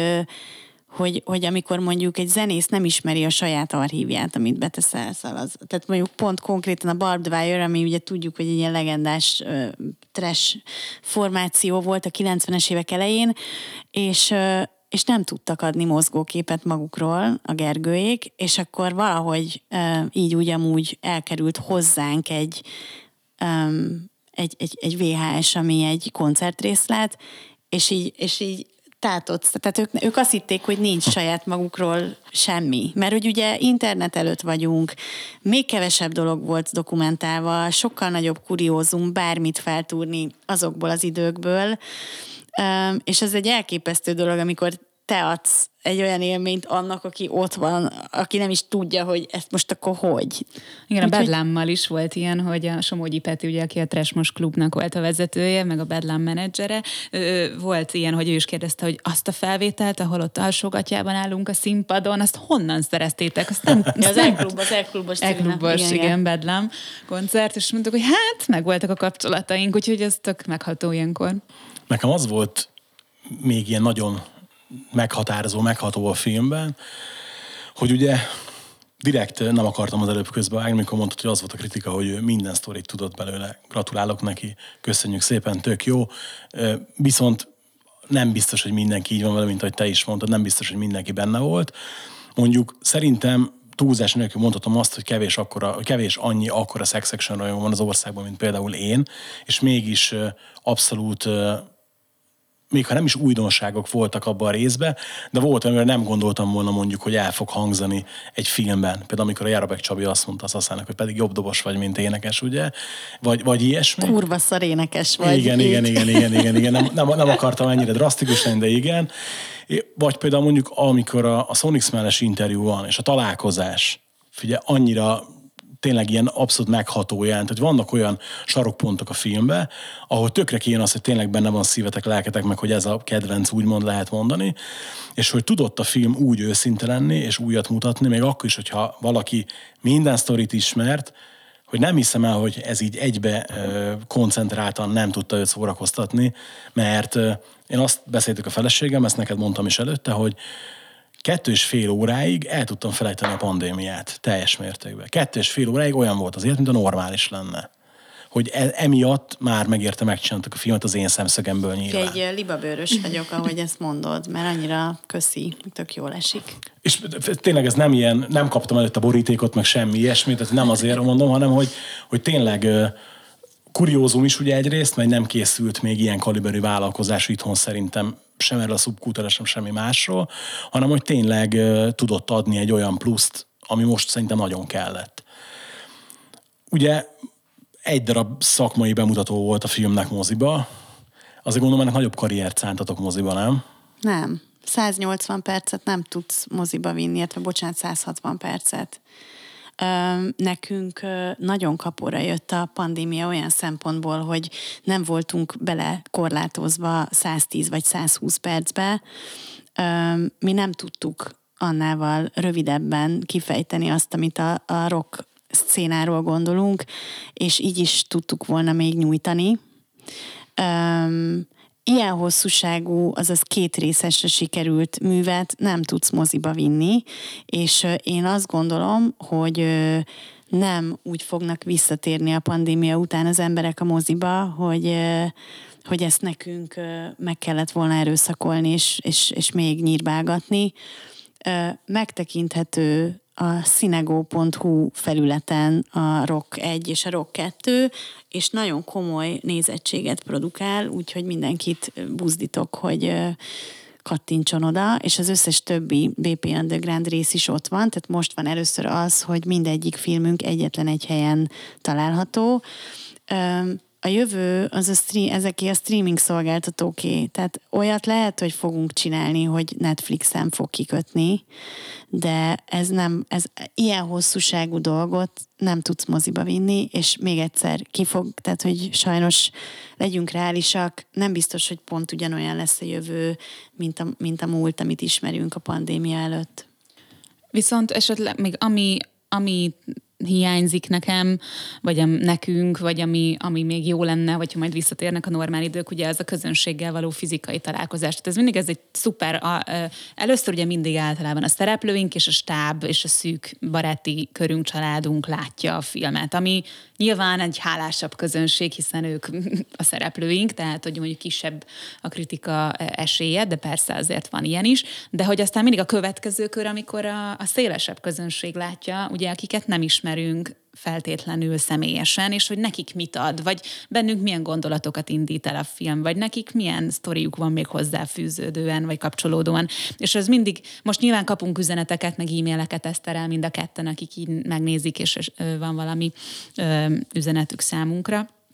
hogy amikor mondjuk egy zenész nem ismeri a saját archívját, amit beteszel, tehát mondjuk pont konkrétan a Barbed Wire, ami ugye tudjuk, hogy egy ilyen legendás trash formáció volt a 90-es évek elején, és nem tudtak adni mozgóképet magukról a Gergőék, és akkor valahogy így úgy amúgy elkerült hozzánk egy VHS, ami egy koncertrészlet, és így tehát ők azt hitték, hogy nincs saját magukról semmi. Mert hogy ugye internet előtt vagyunk, még kevesebb dolog volt dokumentálva, sokkal nagyobb kuriózum bármit feltúrni azokból az időkből, És ez egy elképesztő dolog, amikor te adsz egy olyan élményt annak, aki ott van, aki nem is tudja, hogy ezt most akkor hogy. Igen, a Bedlámmal is volt ilyen, hogy a Somogyi Peti, ugye, aki a Trashmos klubnak volt a vezetője, meg a Bedlám menedzsere, volt ilyen, hogy ő is kérdezte, hogy azt a felvételt, ahol ott alsógatjában állunk a színpadon, azt honnan szereztétek? Azt nem, az E-klubos igen, Bedlám koncert, és mondtuk, hogy hát, megvoltak a kapcsolataink, úgyhogy ez tök megható ilyenkor. Nekem az volt még ilyen nagyon megható a filmben, hogy ugye direkt nem akartam az előbb közbevágni, amikor mondtad, hogy az volt a kritika, hogy minden sztorit tudott belőle. Gratulálok neki, köszönjük szépen, tök jó. Viszont nem biztos, hogy mindenki így van vele, mint ahogy te is mondtad, nem biztos, hogy mindenki benne volt. Mondjuk szerintem túlzás nélkül mondhatom azt, hogy kevés annyi akkora sex action rajongó van az országban, mint például én, és mégis abszolút még ha nem is újdonságok voltak abban a részben, de volt, amire nem gondoltam volna mondjuk, hogy el fog hangzani egy filmben. Például amikor a Jarabek Csabi azt mondta az Asszának, hogy pedig jobb dobos vagy, mint énekes, ugye? Vagy ilyesmi. Kurva szar énekes vagy. Igen. Nem akartam ennyire drasztikus lenni, de igen. Vagy például mondjuk, amikor a Sonic Smell-es interjú van, és a találkozás, figyelj, annyira tényleg ilyen abszolút megható jelent, hogy vannak olyan sarokpontok a filmben, ahol tökre kijön az, hogy tényleg benne van szívetek, lelketek, meg hogy ez a kedvenc, úgymond lehet mondani, és hogy tudott a film úgy őszinte lenni, és újat mutatni, még akkor is, hogyha valaki minden sztorit ismert, hogy nem hiszem el, hogy ez így egybe koncentráltan nem tudta őt szórakoztatni, mert én azt beszéltük a feleségem, ezt neked mondtam is előtte, hogy 2,5 óráig el tudtam felejteni a pandémiát teljes mértékben. 2,5 óráig olyan volt az élet, mint a normális lenne. Hogy emiatt már megérte megcsináltak a filmet az én szemszögemből nyilván. Egy libabőrös vagyok, ahogy ezt mondod, mert annyira köszi, tök jól esik. És tényleg ez nem ilyen, nem kaptam előtt a borítékot, meg semmi ilyesmit, tehát nem azért mondom, hanem hogy tényleg kuriózum is ugye egyrészt, mert nem készült még ilyen kaliberű vállalkozás itthon szerintem sem erről a szubkultúra, sem semmi másról, hanem hogy tényleg tudott adni egy olyan pluszt, ami most szerintem nagyon kellett. Ugye egy darab szakmai bemutató volt a filmnek moziba, azért gondolom, ennek nagyobb karriert szántatok moziba, nem? Nem. 180 percet nem tudsz moziba vinni, illetve 160 percet. Nekünk nagyon kapóra jött a pandémia olyan szempontból, hogy nem voltunk bele korlátozva 110 vagy 120 percbe. Mi nem tudtuk annával rövidebben kifejteni azt, amit a rock szcénáról gondolunk, és így is tudtuk volna még nyújtani. Ilyen hosszúságú, azaz 2 részesre sikerült művet nem tudsz moziba vinni, és én azt gondolom, hogy nem úgy fognak visszatérni a pandémia után az emberek a moziba, hogy ezt nekünk meg kellett volna erőszakolni, és még nyírbálgatni. Megtekinthető a cinego.hu felületen a Rock 1 és a Rock 2, és nagyon komoly nézettséget produkál, úgyhogy mindenkit buzdítok, hogy kattintson oda, és az összes többi BP Underground rész is ott van, tehát most van először az, hogy mindegyik filmünk egyetlen egy helyen található. A jövő az ezeké a streaming szolgáltatóké, tehát olyat lehet, hogy fogunk csinálni, hogy Netflixen fog kikötni, de ez ilyen hosszúságú dolgot nem tudsz moziba vinni, és még egyszer tehát hogy sajnos legyünk reálisak, nem biztos, hogy pont ugyanolyan lesz a jövő, mint a múlt, amit ismerünk a pandémia előtt. Viszont esetleg még ami hiányzik nekem, vagy nekünk, vagy ami még jó lenne, vagy ha majd visszatérnek a normál idők, ugye ez a közönséggel való fizikai találkozás. Tehát ez mindig egy szuper, először ugye mindig általában a szereplőink és a stáb és a szűk baráti körünk, családunk látja a filmet, ami nyilván egy hálásabb közönség, hiszen ők a szereplőink, tehát hogy mondjuk kisebb a kritika esélye, de persze azért van ilyen is, de hogy aztán mindig a következő kör, amikor a szélesebb közönség látja, ugye akiket nem ismerünk feltétlenül személyesen, és hogy nekik mit ad, vagy bennünk milyen gondolatokat indít el a film, vagy nekik milyen sztoriuk van még hozzáfűződően, vagy kapcsolódóan. És ez mindig, most nyilván kapunk üzeneteket, meg e-maileket Eszterrel mind a ketten, akik így megnézik, és van valami üzenetük számunkra.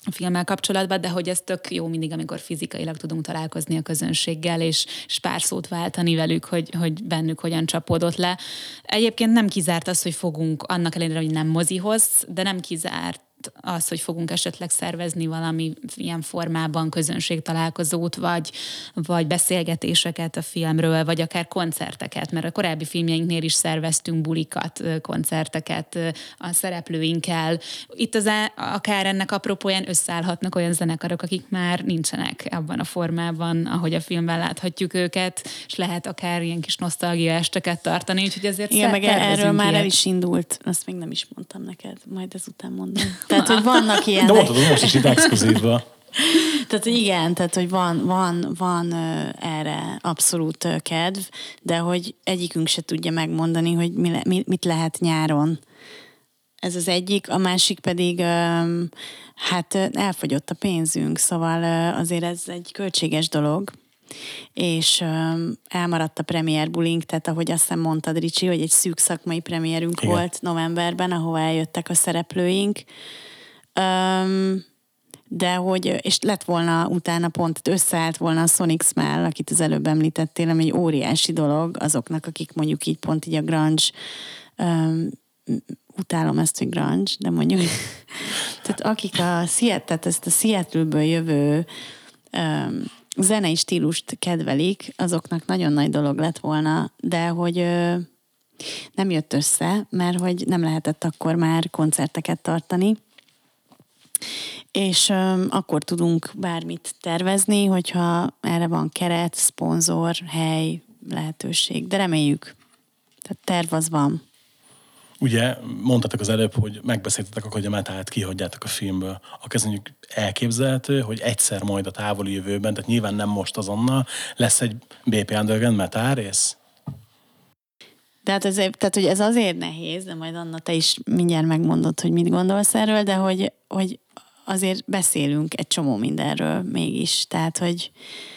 a filmmel kapcsolatban, de hogy ez tök jó mindig, amikor fizikailag tudunk találkozni a közönséggel, és pár szót váltani velük, hogy bennük hogyan csapódott le. Egyébként nem kizárt az, hogy fogunk, annak ellenére, hogy nem mozihoz, de nem kizárt az, hogy fogunk esetleg szervezni valami ilyen formában közönségtalálkozót, vagy beszélgetéseket a filmről, vagy akár koncerteket, mert a korábbi filmjeinknél is szerveztünk bulikat, koncerteket a szereplőinkkel. Itt akár ennek apropóján összeállhatnak olyan zenekarok, akik már nincsenek abban a formában, ahogy a filmben láthatjuk őket, és lehet akár ilyen kis nosztalgia esteket tartani, úgyhogy ezért igen, meg erről már ilyet. el is indult, azt még nem is mondtam neked, majd ezután mondom. Tehát, hogy vannak ilyenek. De mondtad, most is itt exkluzívba. Tehát, hogy igen, tehát, hogy van erre abszolút kedv, de hogy egyikünk se tudja megmondani, hogy mit lehet nyáron. Ez az egyik, a másik pedig hát elfogyott a pénzünk, szóval azért ez egy költséges dolog, és elmaradt a premier bulink, tehát ahogy azt hiszem mondtad, Ricsi, hogy egy szűk szakmai premierünk igen. volt novemberben, ahova eljöttek a szereplőink, de hogy, és lett volna utána pont, összeállt volna a Sonic Smell, akit az előbb említettél, ami egy óriási dolog azoknak, akik mondjuk így pont így a grunge, utálom ezt, hogy grunge, de mondjuk, tehát akik tehát ezt a Seattle-ből jövő zenei stílust kedvelik, azoknak nagyon nagy dolog lett volna, de hogy nem jött össze, mert hogy nem lehetett akkor már koncerteket tartani, és akkor tudunk bármit tervezni, hogyha erre van keret, szponzor, hely, lehetőség, de reméljük. Tehát terv az van. Ugye mondtatok az előbb, hogy megbeszéltetek, hogy a metált kihagyjátok a filmből. Akkor ez mondjuk elképzelhető, hogy egyszer majd a távoli jövőben, tehát nyilván nem most azonnal, lesz egy BP Underground metal rész? Tehát hogy ez azért nehéz, de majd Anna, te is mindjárt megmondod, hogy mit gondolsz erről, de hogy azért beszélünk egy csomó mindenről mégis. Tehát, hogy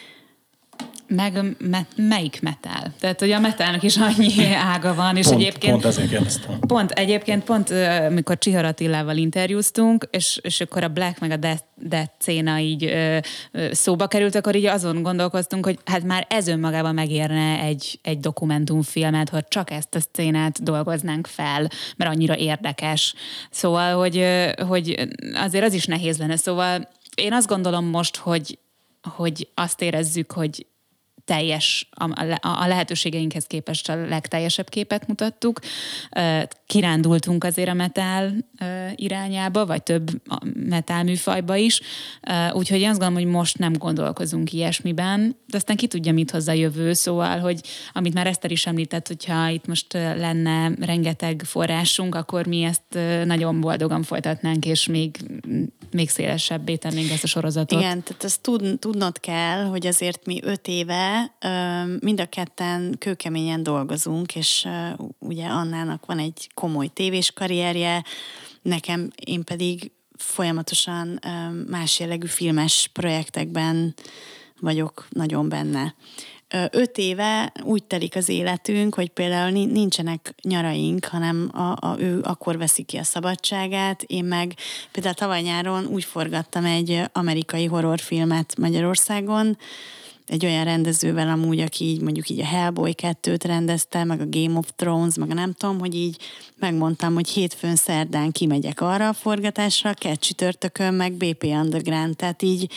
Meg melyik metal? Tehát, hogy a metalnak is annyi ága van, és Pont ezért kérdeztem. Pont, amikor Csihar Attilával interjúztunk, és akkor a Black meg a Death széna így szóba került, akkor így azon gondolkoztunk, hogy hát már ez önmagában megérne egy dokumentumfilmet, hogy csak ezt a szcénát dolgoznánk fel, mert annyira érdekes. Szóval, hogy azért az is nehéz lenne. Szóval én azt gondolom most, hogy azt érezzük, hogy teljes, a lehetőségeinkhez képest a legteljesebb képet mutattuk. Kirándultunk azért a metal irányába, vagy több metal műfajba is. Úgyhogy én azt gondolom, hogy most nem gondolkozunk ilyesmiben, de aztán ki tudja, mit hoz a jövő. Szóval, hogy amit már Eszter is említett, hogyha itt most lenne rengeteg forrásunk, akkor mi ezt nagyon boldogan folytatnánk, és még szélesebbé tennénk ezt a sorozatot. Igen, tehát ezt tudnod kell, hogy azért mi 5 éve mind a ketten kőkeményen dolgozunk, és ugye Annának van egy komoly tévés karrierje, én pedig folyamatosan más jellegű filmes projektekben vagyok nagyon benne. 5 éve úgy telik az életünk, hogy például nincsenek nyaraink, hanem ő akkor veszi ki a szabadságát, én meg például tavaly nyáron úgy forgattam egy amerikai horrorfilmet Magyarországon, egy olyan rendezővel amúgy, aki így mondjuk így a Hellboy 2-t rendezte, meg a Game of Thrones, meg a nem tudom, hogy így megmondtam, hogy hétfőn szerdán kimegyek arra a forgatásra, csütörtökön meg BP Underground, tehát így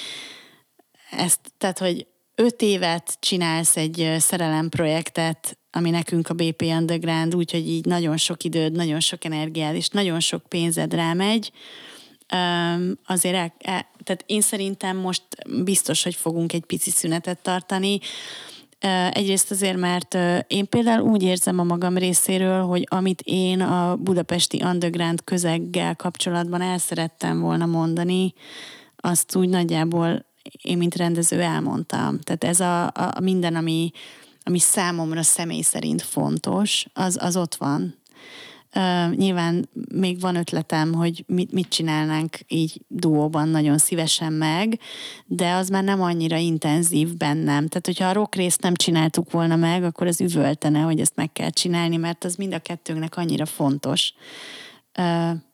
tehát, hogy 5 évet csinálsz egy szerelemprojektet, ami nekünk a BP Underground, úgyhogy így nagyon sok időd, nagyon sok energiád, és nagyon sok pénzed rámegy, azért tehát én szerintem most biztos, hogy fogunk egy pici szünetet tartani. Egyrészt azért, mert én például úgy érzem a magam részéről, hogy amit én a budapesti underground közeggel kapcsolatban el szerettem volna mondani, azt úgy nagyjából én, mint rendező elmondtam. Tehát ez a minden, ami számomra személy szerint fontos, az ott van. Nyilván még van ötletem, hogy mit csinálnánk így duóban nagyon szívesen meg, de az már nem annyira intenzív bennem. Tehát, hogyha a rock részt nem csináltuk volna meg, akkor az üvöltene, hogy ezt meg kell csinálni, mert az mind a kettőnknek annyira fontos.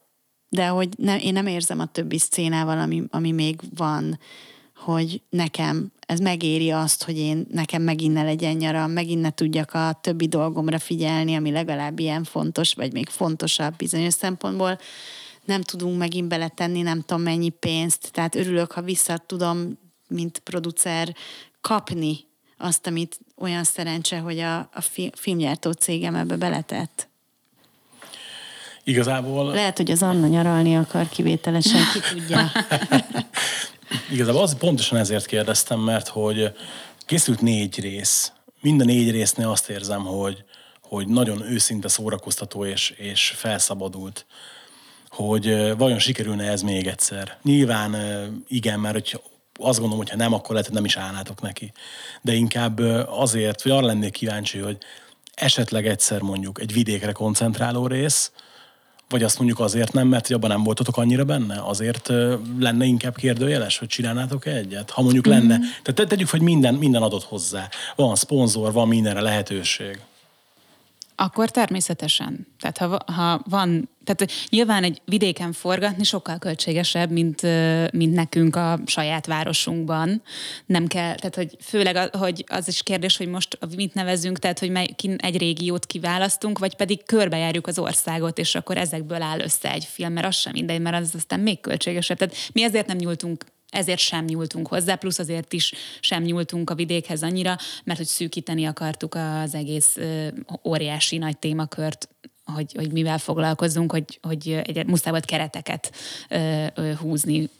de hogy én nem érzem a többi szcénával, ami még van, hogy nekem ez megéri azt, hogy nekem megint ne legyen nyaram, megint ne tudjak a többi dolgomra figyelni, ami legalább ilyen fontos, vagy még fontosabb bizonyos szempontból. Nem tudunk megint beletenni nem tudom mennyi pénzt, tehát örülök, ha vissza tudom, mint producer, kapni azt, amit olyan szerencse, hogy a filmgyártó cégem ebbe beletett. Igazából... Lehet, hogy az Anna nyaralni akar kivételesen, ki tudja. Igazából pontosan ezért kérdeztem, mert hogy készült 4 rész. Minden 4 résznél azt érzem, hogy nagyon őszinte szórakoztató és felszabadult. Hogy vajon sikerülne ez még egyszer. Nyilván igen, mert hogy azt gondolom, hogy ha nem, akkor lehet, hogy nem is állnátok neki. De inkább azért, vagy arra lennék kíváncsi, hogy esetleg egyszer mondjuk egy vidékre koncentráló rész, vagy azt mondjuk azért nem, mert abban nem voltatok annyira benne? Azért lenne inkább kérdőjeles, hogy csinálnátok egyet? Ha mondjuk lenne. Tehát tegyük, hogy minden adott hozzá. Van szponzor, van mindenre lehetőség. Akkor természetesen. Tehát ha van, tehát nyilván egy vidéken forgatni sokkal költségesebb, mint nekünk a saját városunkban. Nem kell, tehát hogy főleg hogy az is kérdés, hogy most mit nevezünk, tehát hogy egy régiót kiválasztunk, vagy pedig körbejárjuk az országot, és akkor ezekből áll össze egy film, mert az sem mindegy, mert az aztán még költségesebb. Tehát mi ezért sem nyúltunk hozzá, plusz azért is sem nyúltunk a vidékhez annyira, mert hogy szűkíteni akartuk az egész óriási nagy témakört, hogy mivel foglalkozzunk, hogy muszáj volt kereteket húzni.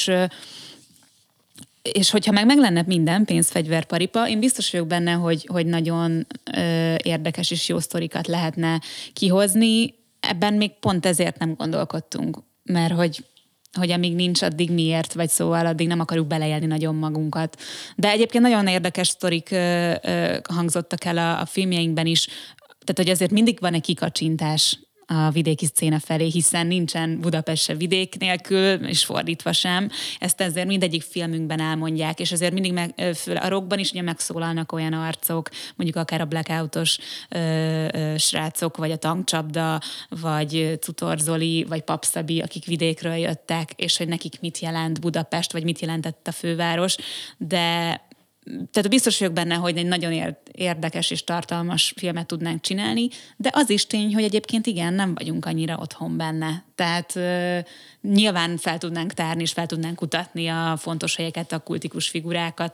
És hogyha meg lenne minden pénz, fegyver, paripa, én biztos vagyok benne, hogy nagyon érdekes és jó sztorikat lehetne kihozni. Ebben még pont ezért nem gondolkodtunk, mert hogy amíg nincs, addig miért, vagy szóval addig nem akarjuk beleélni nagyon magunkat. De egyébként nagyon érdekes sztorik hangzottak el a filmjeinkben is, tehát hogy azért mindig van egy kikacsintás a vidéki szcéna felé, hiszen nincsen Budapest se vidék nélkül, és fordítva sem. Ezt ezért mindegyik filmünkben elmondják, és azért mindig a rockban is ugye megszólalnak olyan arcok, mondjuk akár a Blackoutos srácok, vagy a Tankcsapda, vagy Cutor Zoli, vagy Papszabi, akik vidékről jöttek, és hogy nekik mit jelent Budapest, vagy mit jelentett a főváros, de tehát biztos vagyok benne, hogy egy nagyon érdekes és tartalmas filmet tudnánk csinálni, de az is tény, hogy egyébként igen, nem vagyunk annyira otthon benne. Tehát nyilván fel tudnánk tárni, és fel tudnánk kutatni a fontos helyeket, a kultikus figurákat,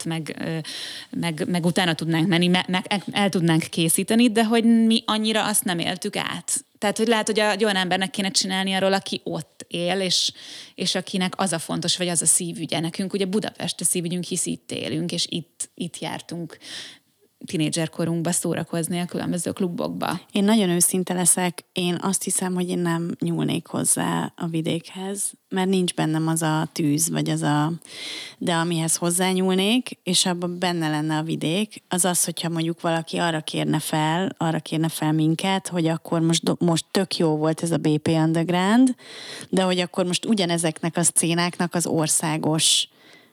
meg utána tudnánk menni, meg el tudnánk készíteni, de hogy mi annyira azt nem éltük át. Tehát, hogy lehet, hogy egy olyan embernek kéne csinálni arról, aki ott él, és akinek az a fontos, vagy az a szívügye. Nekünk ugye Budapest a szívügyünk, hisz itt élünk, és itt jártunk tínédzserkorunkba szórakozni a különböző klubokba. Én nagyon őszinte leszek, én azt hiszem, hogy én nem nyúlnék hozzá a vidékhez, mert nincs bennem az a tűz, vagy de amihez hozzányúlnék, és abban benne lenne a vidék, az az, hogyha mondjuk valaki arra kérne fel minket, hogy akkor most tök jó volt ez a BP Underground, de hogy akkor most ugyanezeknek a szcénáknak az országos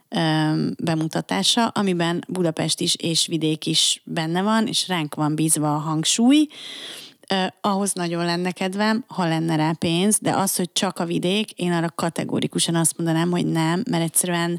bemutatása, amiben Budapest is és vidék is benne van, és ránk van bízva a hangsúly. Ahhoz nagyon lenne kedvem, ha lenne rá pénz, de az, hogy csak a vidék, én arra kategórikusan azt mondanám, hogy nem, mert egyszerűen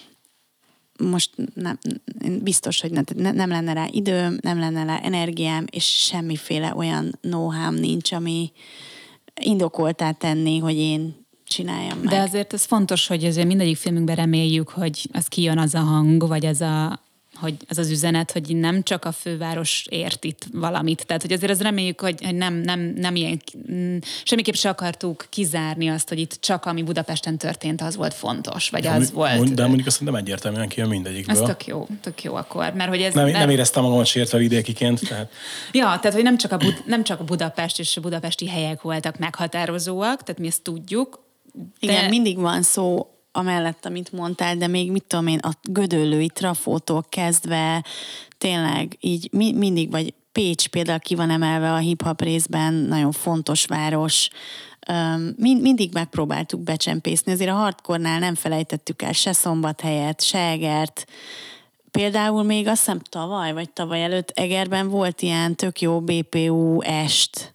most nem, biztos, hogy nem lenne rá időm, nem lenne rá energiám, és semmiféle olyan know-how nincs, ami indokoltá tenni, hogy én csináljam meg. De azért ez fontos, hogy azért mindegyik filmünkben reméljük, hogy az kijön az a hang, vagy hogy az az üzenet, hogy nem csak a főváros ért itt valamit. Tehát, hogy azért az reméljük, hogy nem ilyen, semmiképp se akartuk kizárni azt, hogy itt csak ami Budapesten történt, az volt fontos, vagy az volt. De mondjuk azt nem egyértelműen kijön mindegyikből. Ez tök jó akkor, mert hogy ez... Nem éreztem magamat sértve vidékiként, tehát... Ja, tehát, hogy nem csak a Budapest és a budapesti helyek voltak meghatározóak, tehát mi ezt tudjuk. Igen, mindig van szó amellett, amit mondtál, de még mit tudom én, a gödöllői trafótól kezdve tényleg így mindig, vagy Pécs például ki van emelve a hip-hop részben, nagyon fontos város, mindig megpróbáltuk becsempészni, azért a hardcore-nál nem felejtettük el se Szombathelyet, se Egert. Például még azt hiszem tavaly előtt Egerben volt ilyen tök jó BPU est,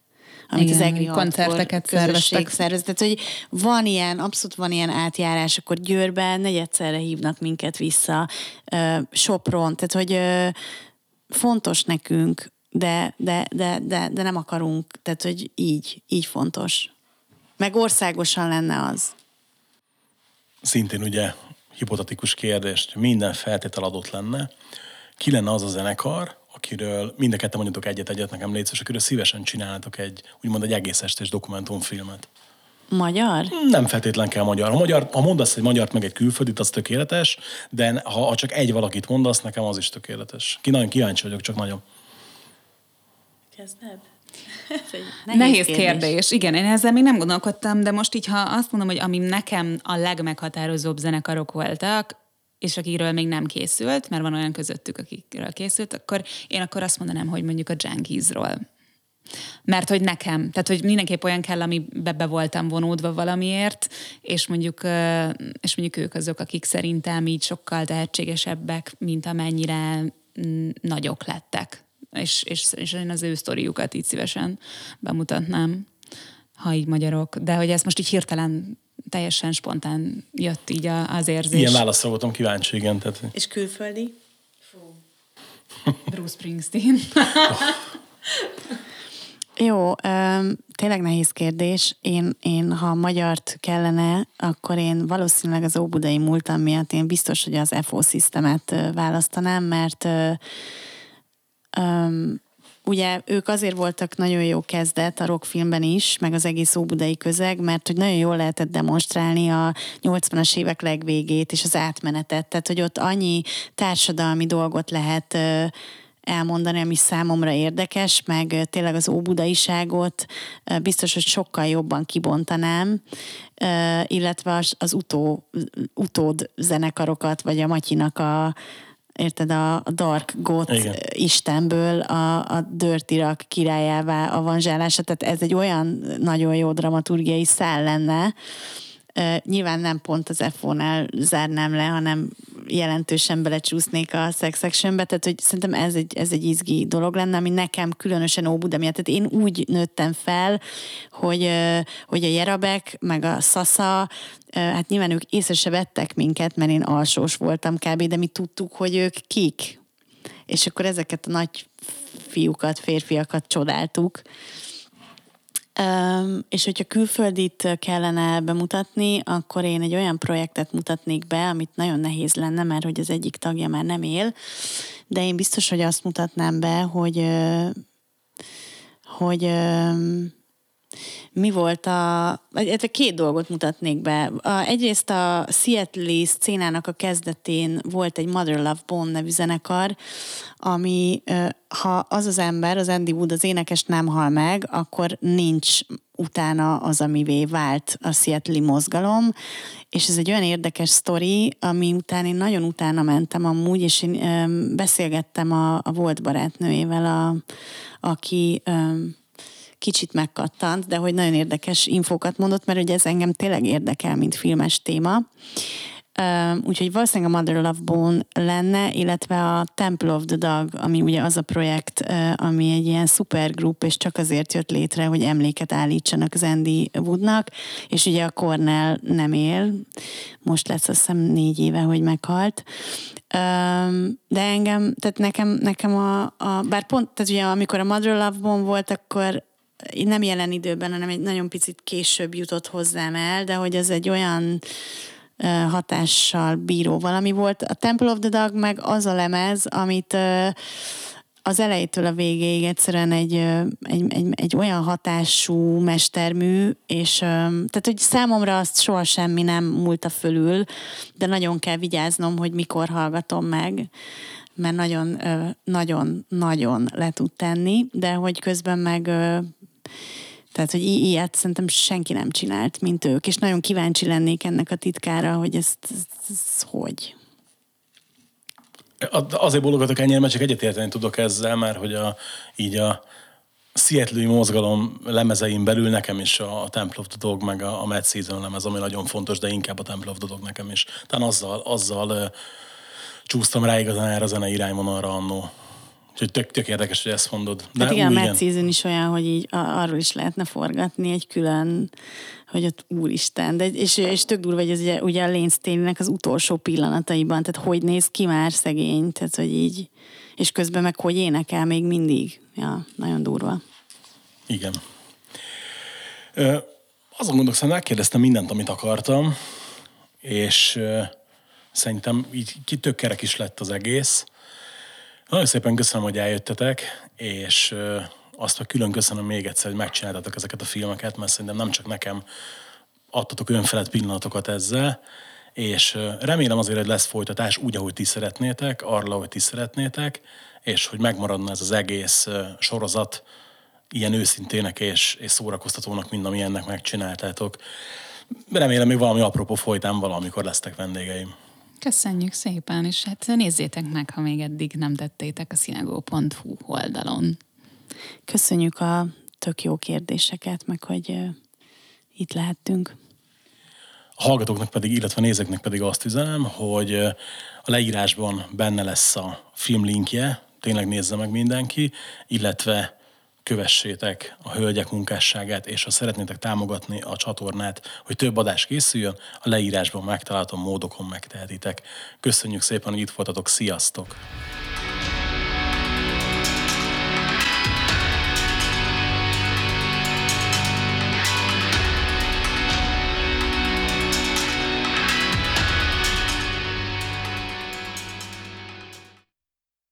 amit igen, az EGRI koncerteket közösség szervez. Tehát, hogy van ilyen, abszolút van ilyen átjárás, akkor Győrben negyedszerre hívnak minket vissza, Sopron, tehát, hogy fontos nekünk, de nem akarunk, tehát, hogy így fontos. Meg országosan lenne az. Szintén ugye hipotetikus kérdést, minden feltétel adott lenne. Ki lenne az a zenekar, akiről mind a ketten mondjatok egyet nekem légy, és akiről szívesen csinálnátok úgymond egy egész estés dokumentumfilmet? Magyar? Nem feltétlen kell magyar. Ha mondasz egy magyart, meg egy külföldit, az tökéletes, de ha csak egy valakit mondasz, nekem az is tökéletes. Nagyon kíváncsi vagyok, csak nagyon. Kezded? Nehéz kérdés. Igen, én ezzel még nem gondolkodtam, de most így, ha azt mondom, hogy ami nekem a legmeghatározóbb zenekarok voltak, és akikről még nem készült, mert van olyan közöttük, akikről készült, akkor én akkor azt mondanám, hogy mondjuk a Junkiesról. Mert hogy nekem, tehát hogy mindenképp olyan kell, amibe be voltam vonódva valamiért, és mondjuk ők azok, akik szerintem így sokkal tehetségesebbek, mint amennyire nagyok lettek. És én az ő sztoriukat így szívesen bemutatnám, ha így magyarok. De hogy ez most így hirtelen teljesen spontán jött így az érzés. Ilyen válaszra voltam kíváncsi, igen. Tehát... És külföldi? Bruce Springsteen. Jó, tényleg nehéz kérdés. Én, ha magyart kellene, akkor én valószínűleg az óbudai múltam miatt én biztos, hogy az FO Systemet választanám, mert ugye ők azért voltak nagyon jó kezdet a rockfilmben is, meg az egész óbudai közeg, mert hogy nagyon jól lehetett demonstrálni a 80-as évek legvégét és az átmenetet. Tehát, hogy ott annyi társadalmi dolgot lehet elmondani, ami számomra érdekes, meg tényleg az óbudaiságot biztos, hogy sokkal jobban kibontanám, illetve az utód zenekarokat, vagy a Matyinak érted, a Dark Goth istenből a Dirty Rock királyává avanzsálása, tehát ez egy olyan nagyon jó dramaturgiai szál lenne. Nyilván nem pont az FO-nál zárnám le, hanem jelentősen belecsúsznék a Sex Actionbe, tehát hogy szerintem ez egy izgi dolog lenne, ami nekem különösen Óbuda miatt. Tehát én úgy nőttem fel, hogy a Jerabek, meg a Szasza, hát nyilván ők észre se vettek minket, mert én alsós voltam kb., de mi tudtuk, hogy ők kik. És akkor ezeket a nagy fiúkat, férfiakat csodáltuk. És hogyha külföldit kellene bemutatni, akkor én egy olyan projektet mutatnék be, amit nagyon nehéz lenne, mert hogy az egyik tagja már nem él, de én biztos, hogy azt mutatnám be, hogy mi volt két dolgot mutatnék be. Egyrészt a Seattle-i szcénának a kezdetén volt egy Mother Love Bone nevű zenekar, ami, ha az ember, az Andy Wood, az énekes nem hal meg, akkor nincs utána az, amivé vált a Seattle-i mozgalom, és ez egy olyan érdekes sztori, ami után én nagyon utána mentem amúgy, és én beszélgettem a volt barátnőjével, aki kicsit megkattant, de hogy nagyon érdekes infókat mondott, mert ugye ez engem tényleg érdekel, mint filmes téma. Úgyhogy valószínűleg a Mother Love Bone lenne, illetve a Temple of the Dog, ami ugye az a projekt, ami egy ilyen szupergrup, és csak azért jött létre, hogy emléket állítsanak az Andy Woodnak, és ugye a Cornell nem él. Most lesz azt hiszem 4 éve, hogy meghalt. De engem, tehát nekem bár pont, tehát ugye amikor a Mother Love Bone volt, akkor nem jelen időben, hanem egy nagyon picit később jutott hozzám el, de hogy ez egy olyan hatással bíró valami volt. A Temple of the Dog meg az a lemez, amit az elejétől a végéig egyszerűen egy olyan hatású mestermű, és tehát, hogy számomra azt soha semmi nem múlta fölül, de nagyon kell vigyáznom, hogy mikor hallgatom meg, mert nagyon le tud tenni, de hogy közben meg tehát, hogy ilyet szerintem senki nem csinált, mint ők, és nagyon kíváncsi lennék ennek a titkára, hogy ez hogy. Azért bólogatok ennyire, mert csak egyetérteni tudok ezzel, mert hogy így a Seattle-i mozgalom lemezein belül nekem is a Temple of the Dog, meg a Mad Season lemez, ami nagyon fontos, de inkább a Temple of the Dog nekem is. Tehát azzal csúsztam rá igazán erre a zenei irányvonalra annó. Úgyhogy tök érdekes, hogy ezt mondod. Hát igen, a Mad Season is olyan, hogy így arról is lehetne forgatni egy külön, hogy ott úristen. De, és tök durva, hogy ez ugye a Lane Staley-nek az utolsó pillanataiban, tehát hogy néz ki már szegény, tehát hogy így, és közben meg hogy énekel még mindig. Ja, nagyon durva. Igen. Azon gondolkozom, megkérdeztem mindent, amit akartam, és szerintem így tök kerek is lett az egész. Nagyon szépen köszönöm, hogy eljöttetek, és azt meg külön köszönöm még egyszer, hogy megcsináltatok ezeket a filmeket, mert szerintem nem csak nekem adtatok önfelett pillanatokat ezzel, és remélem azért, hogy lesz folytatás úgy, ahogy ti szeretnétek, arra, ahogy ti szeretnétek, és hogy megmaradna ez az egész sorozat ilyen őszintének és szórakoztatónak, mint ami ennek megcsináltátok. Remélem még valami apropó folytán valamikor lesztek vendégeim. Köszönjük szépen, és hát nézzétek meg, ha még eddig nem tettétek a cinegó.hu oldalon. Köszönjük a tök jó kérdéseket, meg hogy itt lehettünk. A hallgatóknak pedig, illetve nézőknek pedig azt üzenem, hogy a leírásban benne lesz a film linkje, tényleg nézze meg mindenki, illetve kövessétek a Hölgyek munkásságát, és ha szeretnétek támogatni a csatornát, hogy több adás készüljön, a leírásban megtalálható módokon megtehetitek. Köszönjük szépen, hogy itt voltatok, sziasztok!